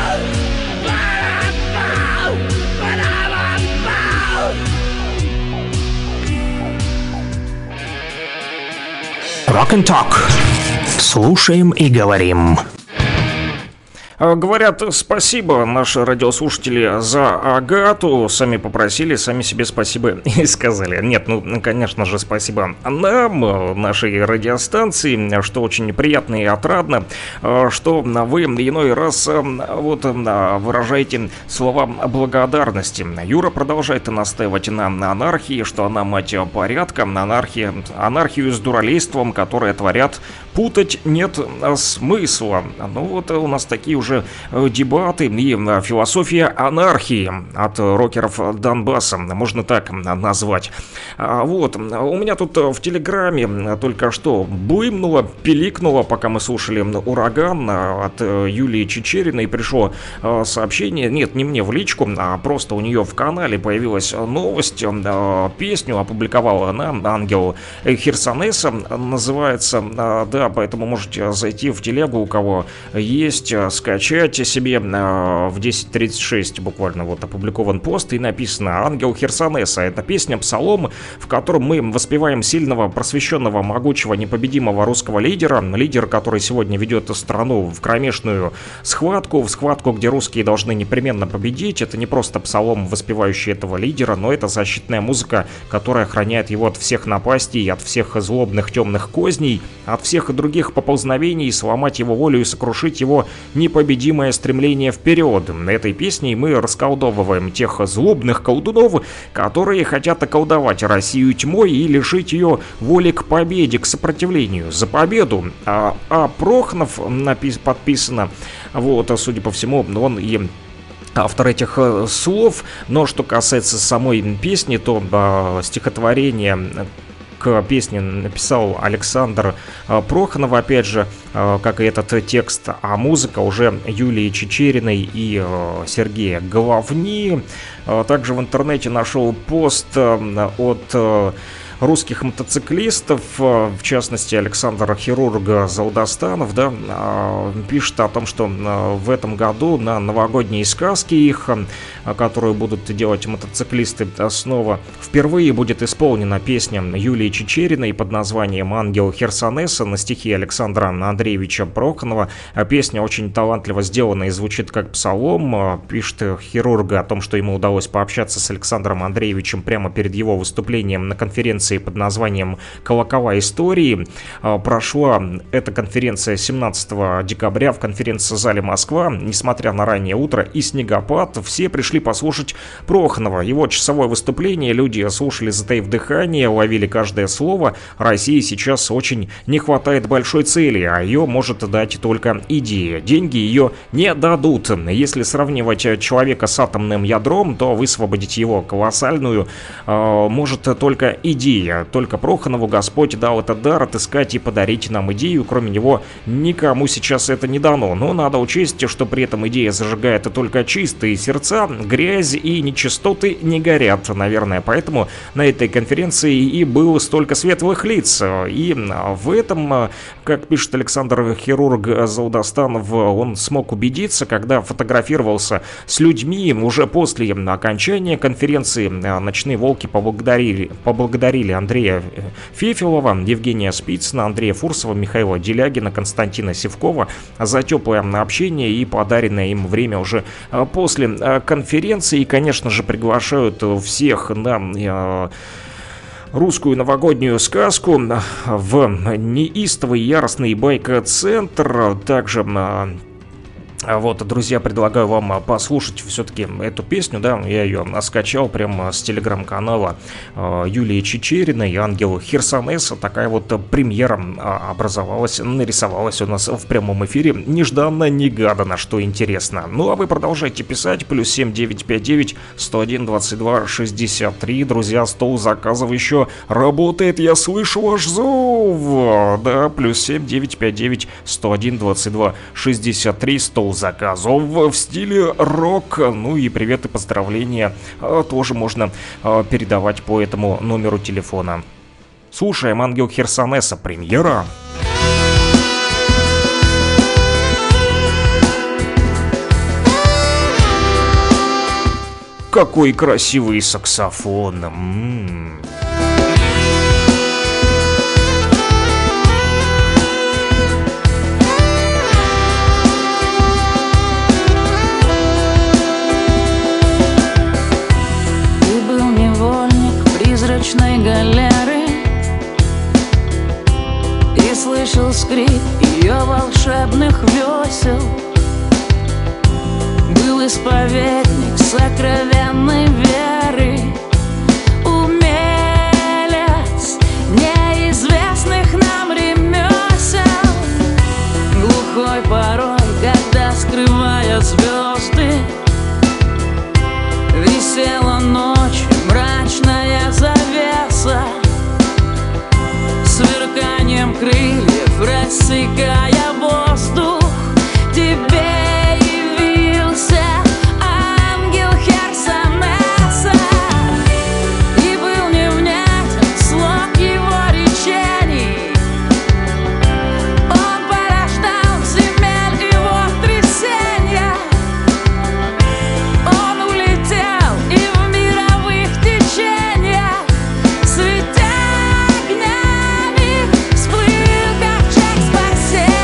Rock and Talk. Слушаем и говорим. Говорят спасибо наши радиослушатели за Агату. Сами попросили, сами себе спасибо и сказали. Нет, ну, конечно же, спасибо нам, нашей радиостанции, что очень приятно и отрадно, что вы иной раз вот выражаете слова благодарности. Юра продолжает настаивать на анархии, что она мать порядка, анархию с дуралейством, которое творят, путать нет смысла. Ну вот у нас такие уже же дебаты и философия анархии от рокеров Донбасса, можно так назвать. Вот, у меня тут в Телеграме только что блымнуло, пиликнуло, пока мы слушали «Ураган» от Юлии Чичериной, пришло сообщение, нет, не мне в личку, а просто у нее в канале появилась новость, песню опубликовала она, «Ангел Херсонеса» называется, да, поэтому можете зайти в телегу, у кого есть, скачать себе, в 10:36 буквально вот опубликован пост и написано «Ангел Херсонеса». Это песня, псалом, в котором мы воспеваем сильного, просвещенного, могучего, непобедимого русского лидера, который сегодня ведет страну в кромешную схватку, в схватку, где русские должны непременно победить. Это не просто псалом, воспевающий этого лидера, но это защитная музыка, которая охраняет его от всех напастей, от всех злобных темных козней, от всех других поползновений, сломать его волю и сокрушить его непобедимое стремление вперед. Этой песней мы расколдовываем тех злобных колдунов, которые хотят околдовать Россию тьмой и лишить ее воли к победе, к сопротивлению, за победу. А Проханов подписано, вот, судя по всему, он и автор этих слов. Но что касается самой песни, то стихотворение к песне написал Александр Проханов, опять же, как и этот текст, а музыка уже Юлии Чичериной и Сергея Головни. Также в интернете нашел пост от русских мотоциклистов, в частности Александр Хирург Залдостанов, да, пишет о том, что в этом году на новогодние сказки их, которые будут делать мотоциклисты, снова впервые будет исполнена песня Юлии Чичериной под названием «Ангел Херсонеса» на стихи Александра Андреевича Проханова. Песня очень талантливо сделана и звучит как псалом. Пишет Хирург о том, что ему удалось пообщаться с Александром Андреевичем прямо перед его выступлением на конференции под названием «Колокола истории». Прошла эта конференция 17 декабря в конференц-зале Москва. Несмотря на раннее утро и снегопад, все пришли послушать Проханова. Его часовое выступление люди слушали, затаив дыхание, ловили каждое слово. России сейчас очень не хватает большой цели, а ее может дать только идея. Деньги ее не дадут. Если сравнивать человека с атомным ядром, то высвободить его колоссальную может только идея. Только Проханову Господь дал этот дар отыскать и подарить нам идею. Кроме него никому сейчас это не дано. Но надо учесть, что при этом идея зажигает только чистые сердца, грязь и нечистоты не горят, наверное. Поэтому на этой конференции и было столько светлых лиц. И в этом, как пишет Александр Хирург Залдостанов, он смог убедиться, когда фотографировался с людьми уже после окончания конференции. Ночные волки поблагодарили Андрея Фефелова, Евгения Спицына, Андрея Фурсова, Михаила Делягина, Константина Севкова за теплое общение и подаренное им время уже после конференции. И, конечно же, приглашают всех на русскую новогоднюю сказку в неистовый яростный байк-центр. Также вот, друзья, предлагаю вам послушать все-таки эту песню, да, я ее скачал прямо с телеграм-канала Юлии Чичериной, «Ангел Херсонеса». Такая вот премьера образовалась, нарисовалась у нас в прямом эфире, нежданно-негаданно, что интересно. Ну, а вы продолжайте писать, +7 959 101 22 63, друзья, стол заказов еще работает, я слышу ваш зов, да, +7 959 101 22 63, стол заказов в стиле рок. Ну и привет и поздравления тоже можно передавать по этому номеру телефона. Слушаем «Ангел Херсонеса», премьера. Какой красивый саксофон. Призрачной галеры и слышал скрип ее волшебных весел. Был исповедник сокровенной веры, умелец неизвестных нам ремесел, глухой порой, когда скрывал крыльев, рассекая воздух, тебе явился ангел Херсонеса, и был невнятен слог его речений. Он порождал земель и воскресенья. Он улетел и в мировых течениях, светя огнями, всплыл ковчег спасения.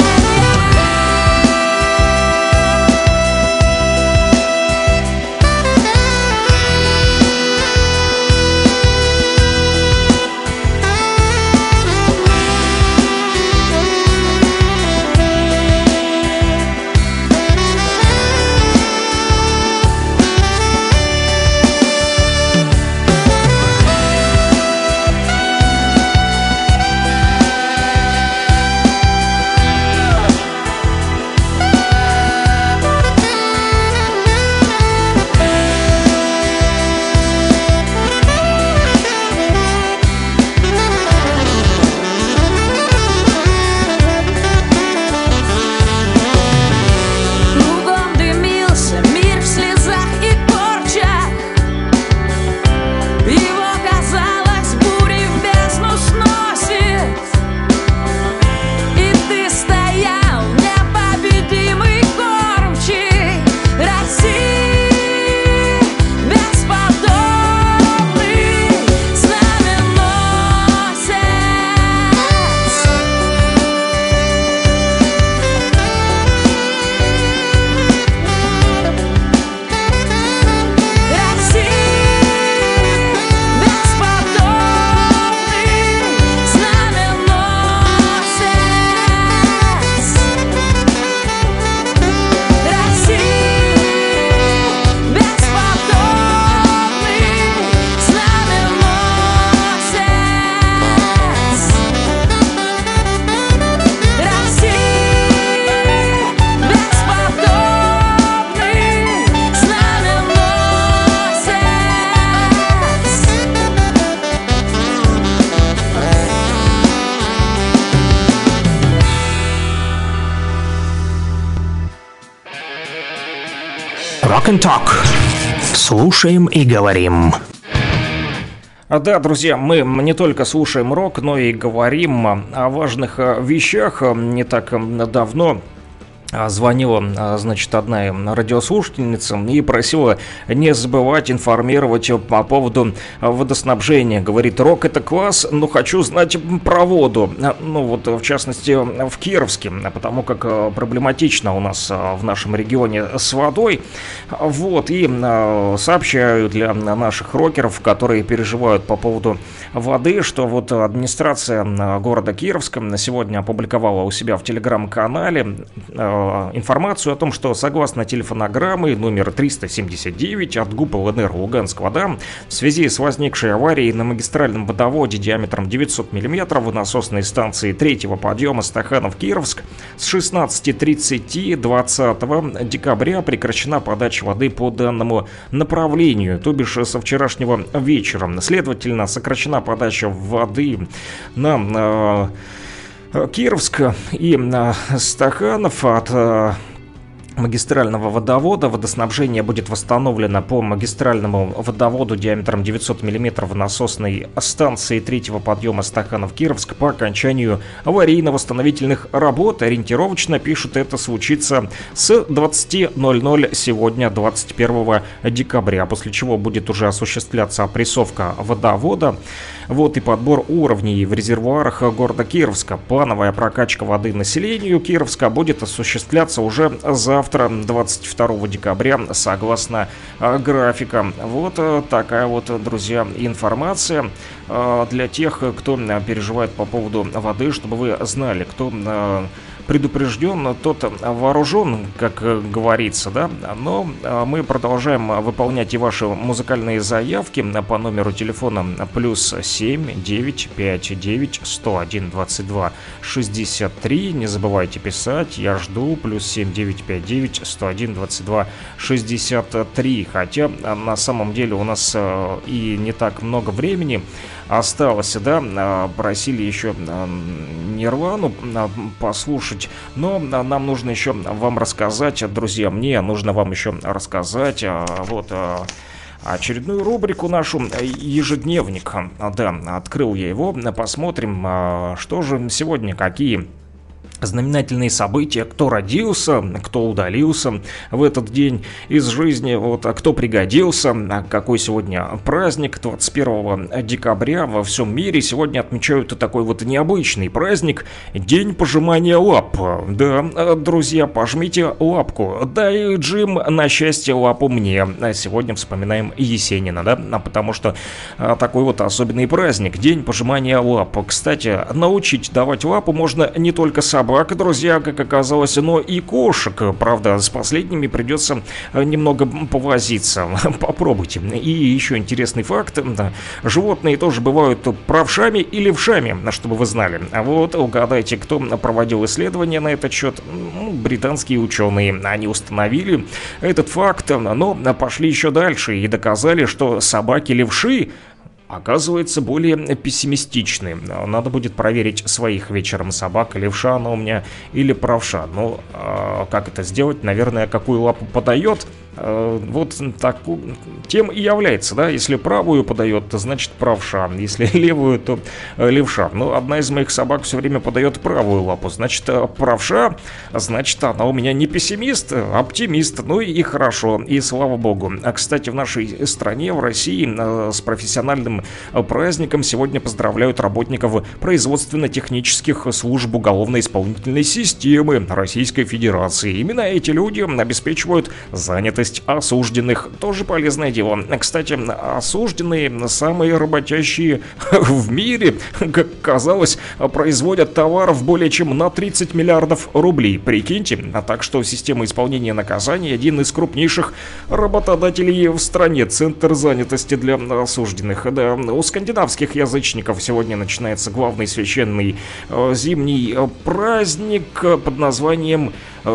Кругом дымился мир в слезах и порчах. Его, казалось, бури в бездну сносит. И ты стоял, непобедимый кормчий России, бесподобный знаменосец. Rock and Talk. Слушаем и говорим. Да, друзья, мы не только слушаем рок, но и говорим о важных вещах. Не так давно звонила, значит, одна радиослушательница и просила не забывать информировать по поводу водоснабжения. Говорит, рок это класс, но хочу знать про воду. Ну вот, в частности, в Кировске, потому как проблематично у нас в нашем регионе с водой. Вот, и сообщаю для наших рокеров, которые переживают по поводу воды, что вот администрация города Кировска сегодня опубликовала у себя в телеграм-канале информацию о том, что согласно телефонограммы номер 379 от ГУП ЛНР Луганск-Вода в связи с возникшей аварией на магистральном водоводе диаметром 900 мм в насосной станции третьего подъема Стаханов-Кировск с 16:30 20 декабря прекращена подача воды по данному направлению, то бишь со вчерашнего вечера. Следовательно, сокращена подача воды на Кировск и Стаханов от магистрального водовода. Водоснабжение будет восстановлено по магистральному водоводу диаметром 900 мм в насосной станции третьего подъема Стаханов-Кировск по окончанию аварийно-восстановительных работ. Ориентировочно, пишут, это случится с 20:00 сегодня, 21 декабря, после чего будет уже осуществляться опрессовка водовода. Вот и подбор уровней в резервуарах города Кировска. Плановая прокачка воды населению Кировска будет осуществляться уже завтра, 22 декабря, согласно графикам. Вот такая вот, друзья, информация для тех, кто переживает по поводу воды, чтобы вы знали, кто предупрежден, тот вооружен, как говорится, да. Но мы продолжаем выполнять и ваши музыкальные заявки по номеру телефона +7 959 101 22 63. Не забывайте писать, я жду, +7 959 101 22 63. Хотя на самом деле у нас и не так много времени. осталось, да, просили еще Нирвану послушать, но нам нужно еще вам рассказать, друзья, мне нужно вам еще рассказать, вот, очередную рубрику нашу «Ежедневник». Да, открыл я его, посмотрим, что же сегодня, какие знаменательные события, кто родился, кто удалился в этот день из жизни, вот, а кто пригодился, какой сегодня праздник. 21 декабря во всем мире сегодня отмечают такой вот необычный праздник — День пожимания лап. Да, друзья, пожмите лапку. Дай, Джим, на счастье лапу мне. Сегодня вспоминаем Есенина, да, потому что такой вот особенный праздник — День пожимания лап. Кстати, научить давать лапу можно не только собак, друзья, как оказалось, но и кошек. Правда, с последними придется немного повозиться. Попробуйте. И еще интересный факт. Да, животные тоже бывают правшами и левшами, чтобы вы знали. А вот угадайте, кто проводил исследования на этот счет. Британские ученые. Они установили этот факт, но пошли еще дальше и доказали, что собаки-левши оказывается более пессимистичны. Надо будет проверить своих вечером собак, левша она у меня или правша. Ну, как это сделать? Наверное, какую лапу подает, вот так тем и является, да. Если правую подает, то значит правша. Если левую, то левша. Ну, одна из моих собак все время подает правую лапу, значит правша, значит она у меня не пессимист, а оптимист. Ну и хорошо, и слава богу. А, кстати, в нашей стране, в России, с профессиональным праздником сегодня поздравляют работников производственно-технических служб уголовно-исполнительной системы Российской Федерации. Именно эти люди обеспечивают занятость осужденных. Тоже полезное дело. Кстати, осужденные самые работящие в мире, как казалось, производят товаров более чем на 30 миллиардов рублей. Прикиньте. А так что система исполнения наказаний — один из крупнейших работодателей в стране. Центр занятости для осужденных. Да, у скандинавских язычников сегодня начинается главный священный зимний праздник под названием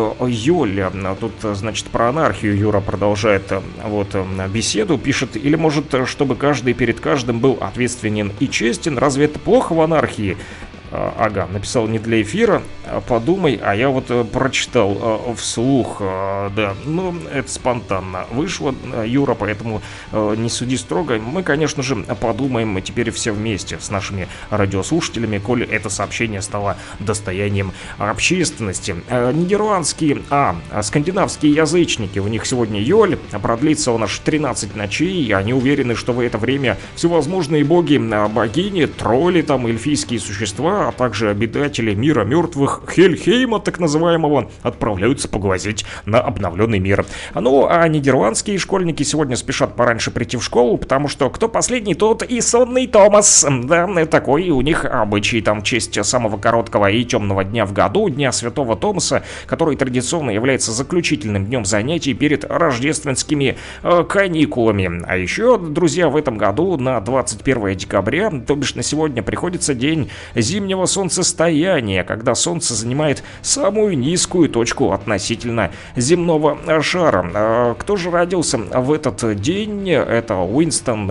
Йоля. Тут, значит, про анархию Юра продолжает вот беседу, пишет: или может, чтобы каждый перед каждым был ответственен и честен? Разве это плохо в анархии? Ага, написал не для эфира, подумай, а я вот прочитал вслух, да, ну, это спонтанно вышло, Юра, поэтому не суди строго. Мы, конечно же, подумаем теперь все вместе с нашими радиослушателями, коль это сообщение стало достоянием общественности. Нидерландские, скандинавские язычники, у них сегодня Йоль, продлится он аж 13 ночей, они уверены, что в это время всевозможные боги, богини, тролли, там, эльфийские существа, а также обитатели мира мертвых Хельхейма, так называемого, отправляются поглазеть на обновленный мир. Ну, а нидерландские школьники сегодня спешат пораньше прийти в школу, потому что кто последний, тот и сонный Томас. Да, такой у них обычай, там, в честь самого короткого и темного дня в году, Дня Святого Томаса, который традиционно является заключительным днем занятий перед рождественскими каникулами. А еще, друзья, в этом году на 21 декабря, то бишь на сегодня, приходится день зимнего солнцестояния, когда солнце занимает самую низкую точку относительно земного шара. Кто же родился в этот день? Это Уинстон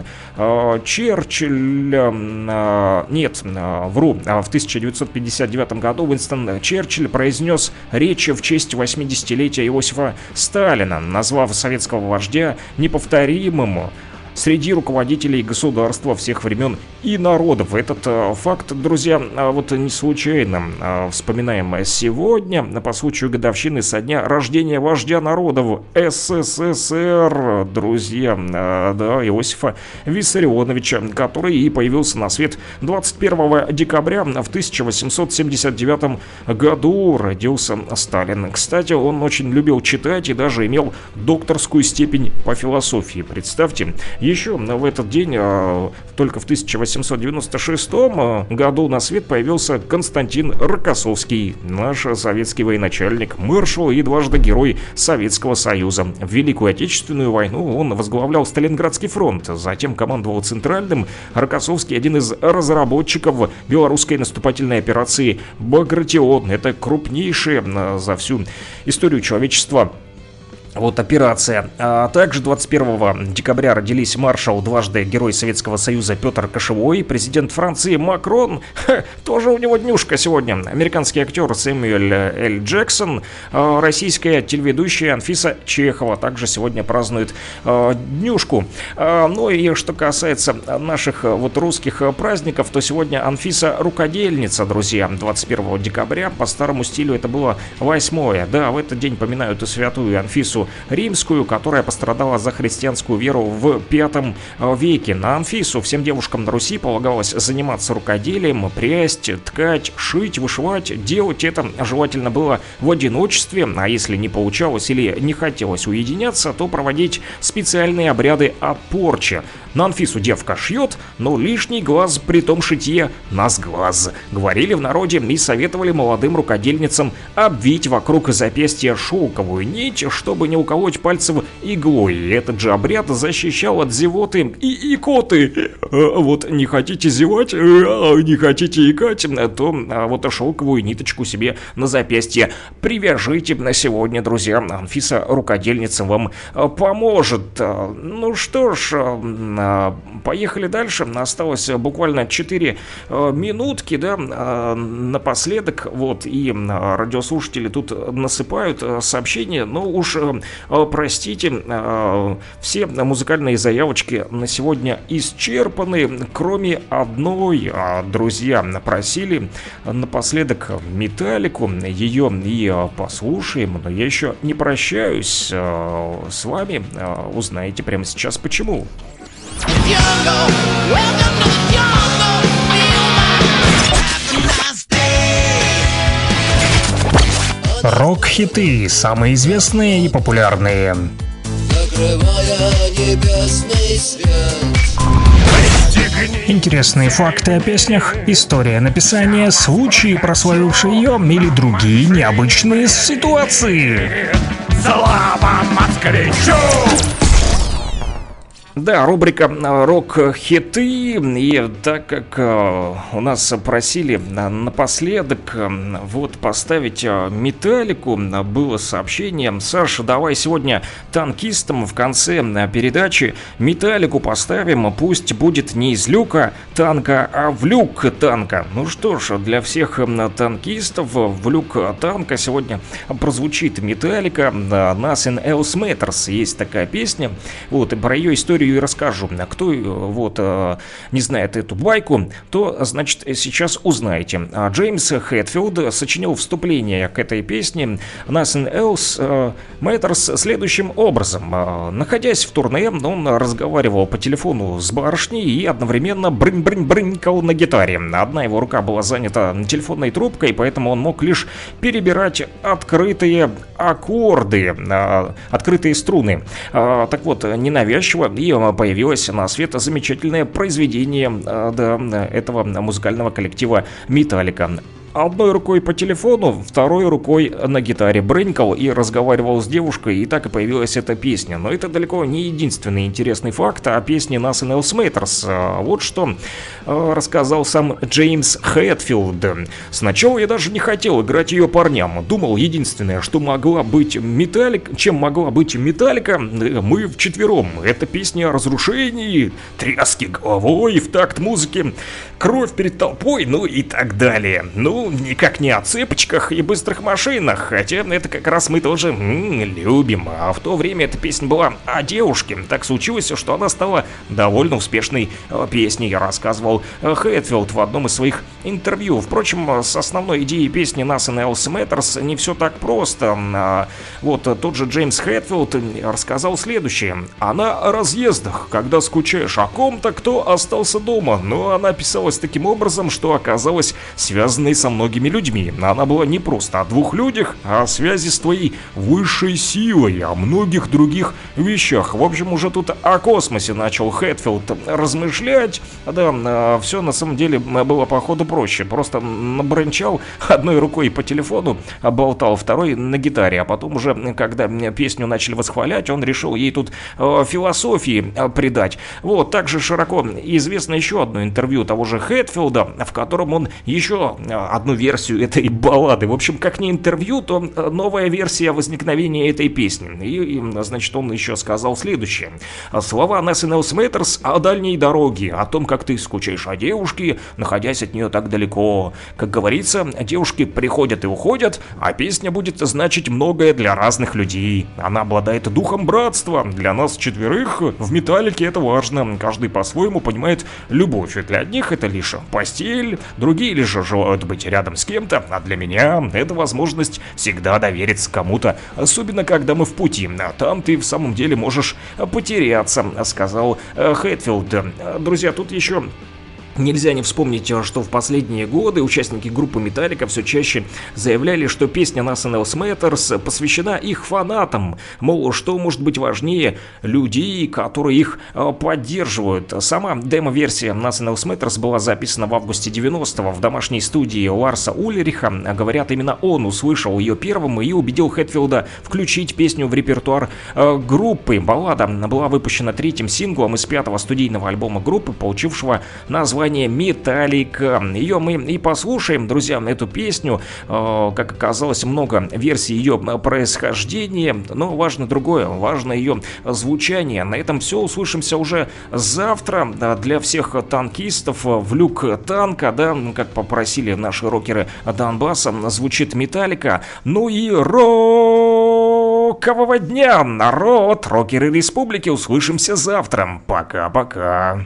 Черчилль. Нет, вру. В 1959 году Уинстон Черчилль произнес речь в честь 80-летия Иосифа Сталина, назвав советского вождя неповторимым среди руководителей государства всех времен и народов. Этот факт, друзья, вот не случайно вспоминаем сегодня по случаю годовщины со дня рождения вождя народов СССР, друзья, да, Иосифа Виссарионовича, который и появился на свет 21 декабря в 1879 году. Родился Сталин. Кстати, он очень любил читать и даже имел докторскую степень по философии. Представьте. Еще в этот день, только в 1896 году на свет появился Константин Рокоссовский, наш советский военачальник, маршал и дважды герой Советского Союза. В Великую Отечественную войну он возглавлял Сталинградский фронт, затем командовал Центральным. Рокоссовский — один из разработчиков белорусской наступательной операции «Багратион». Это крупнейшая за всю историю человечества Вот операция. А также 21 декабря родились маршал, дважды Герой Советского Союза Петр Кошевой, президент Франции Макрон, тоже у него днюшка сегодня, американский актер Сэмюэль Л. Джексон, российская телеведущая Анфиса Чехова также сегодня празднует днюшку. Ну и что касается наших вот русских праздников, то сегодня Анфиса Рукодельница, друзья, 21 декабря, по старому стилю это было 8-е, да, в этот день поминают и святую Анфису Римскую, которая пострадала за христианскую веру в V веке. На Анфису всем девушкам на Руси полагалось заниматься рукоделием, прясть, ткать, шить, вышивать. Делать это желательно было в одиночестве, а если не получалось или не хотелось уединяться, то проводить специальные обряды от порчи. На Анфису девка шьет, но лишний глаз при том шитье на сглаз. Говорили в народе и советовали молодым рукодельницам обвить вокруг запястья шелковую нить, чтобы не уколоть пальцев иглой. Этот же обряд защищал от зевоты и икоты. Вот не хотите зевать, не хотите икать, то вот шелковую ниточку себе на запястье привяжите на сегодня, друзья. Анфиса Рукодельница вам поможет. Ну что ж, поехали дальше. Осталось буквально 4 минутки, да, напоследок. Вот, и радиослушатели тут насыпают сообщения. Но уж простите, все музыкальные заявочки на сегодня исчерпаны, кроме одной. Друзья просили напоследок Металлику, ее и послушаем. Но я еще не прощаюсь с вами. Узнаете прямо сейчас почему. Рок-хиты, самые известные и популярные. Интересные факты о песнях, история написания, случаи, прославившие ее, или другие необычные ситуации. Слава москвичу! Да, рубрика «Рок-хиты», и так как у нас просили напоследок вот поставить Металлику, было сообщение: Саша, давай сегодня танкистам в конце передачи Металлику поставим, пусть будет не из люка танка, а в люк танка. Ну что ж, для всех танкистов в люк танка сегодня прозвучит Металлика, Nothing Else Matters, есть такая песня, вот, и про ее историю и расскажу. Кто вот не знает эту байку, то, значит, сейчас узнаете. Джеймс Хэтфилд сочинил вступление к этой песне Nothing Else Matters следующим образом. Находясь в турне, он разговаривал по телефону с барышней и одновременно брынькал на гитаре. Одна его рука была занята телефонной трубкой, поэтому он мог лишь перебирать открытые аккорды, открытые струны. Так вот, ненавязчиво и появилось на свет замечательное произведение этого музыкального коллектива Металлика. Одной рукой по телефону, второй рукой на гитаре брынькал и разговаривал с девушкой, и так и появилась эта песня. Но это далеко не единственный интересный факт о песне Nothing Else Matters. Вот что рассказал сам Джеймс Хэтфилд. Сначала я даже не хотел играть ее парням. Думал, единственное, что могла быть чем могла быть Металлика, мы вчетвером. Это песня о разрушении, тряски головой в такт музыки, кровь перед толпой, ну и так далее. Ну, никак не о цепочках и быстрых машинах, хотя это как раз мы тоже любим. А в то время эта песня была о девушке. Так случилось, что она стала довольно успешной песней, рассказывал Хэтфилд в одном из своих интервью. Впрочем, с основной идеей песни Nothing Else Matters не все так просто. Вот тот же Джеймс Хэтфилд рассказал следующее. Она о разъездах, когда скучаешь о ком-то, кто остался дома. Но она писалась таким образом, что оказалась связанной со многими людьми. Она была не просто о двух людях, а о связи с твоей высшей силой, о многих других вещах. В общем, уже тут о космосе начал Хэтфилд размышлять. Да, все на самом деле было по ходу проще. Просто набрынчал одной рукой по телефону, болтал, второй на гитаре. А потом уже, когда песню начали восхвалять, он решил ей тут философии придать. Вот, также широко известно еще одно интервью того же Хэтфилда, в котором он еще одну версию этой баллады. В общем, как не интервью, то новая версия возникновения этой песни. И значит, он еще сказал следующее. Слова Nothing Else Matters о дальней дороге, о том, как ты скучаешь о девушке, находясь от нее так далеко. Как говорится, девушки приходят и уходят, а песня будет значить многое для разных людей. Она обладает духом братства. Для нас четверых в Металлике это важно. Каждый по-своему понимает любовь. Для одних это лишь постель, другие лишь желают быть рядом с кем-то, а для меня это возможность всегда довериться кому-то, особенно когда мы в пути. Там ты в самом деле можешь потеряться, сказал Хэтфилд. Друзья, тут еще нельзя не вспомнить, что в последние годы участники группы Metallica все чаще заявляли, что песня Nothing Else Matters посвящена их фанатам. Мол, что может быть важнее людей, которые их поддерживают. Сама демо-версия Nothing Else Matters была записана в августе 90-го в домашней студии Ларса Ульриха. Говорят, именно он услышал ее первым и убедил Хэтфилда включить песню в репертуар группы. Баллада была выпущена третьим синглом из 5-го студийного альбома группы, получившего название «Металлика». Ее мы и послушаем, друзья, эту песню. Как оказалось, много версий ее происхождения, но важно другое, важно ее звучание. На этом все, услышимся уже завтра. Для всех танкистов в люк танка, да, как попросили наши рокеры Донбасса, звучит «Металлика». Ну и рокового дня, народ, рокеры республики, услышимся завтра. Пока-пока.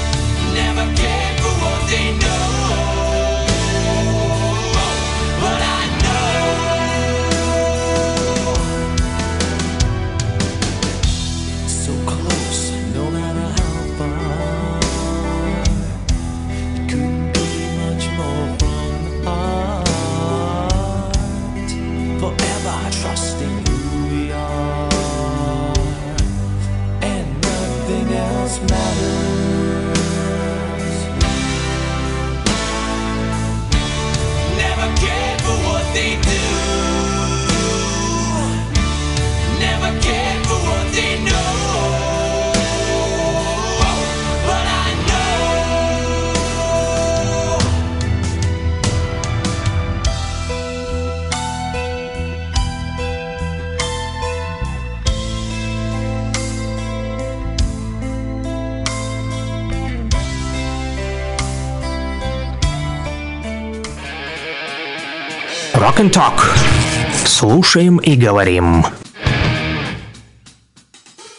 But Rock and Talk. Слушаем и говорим.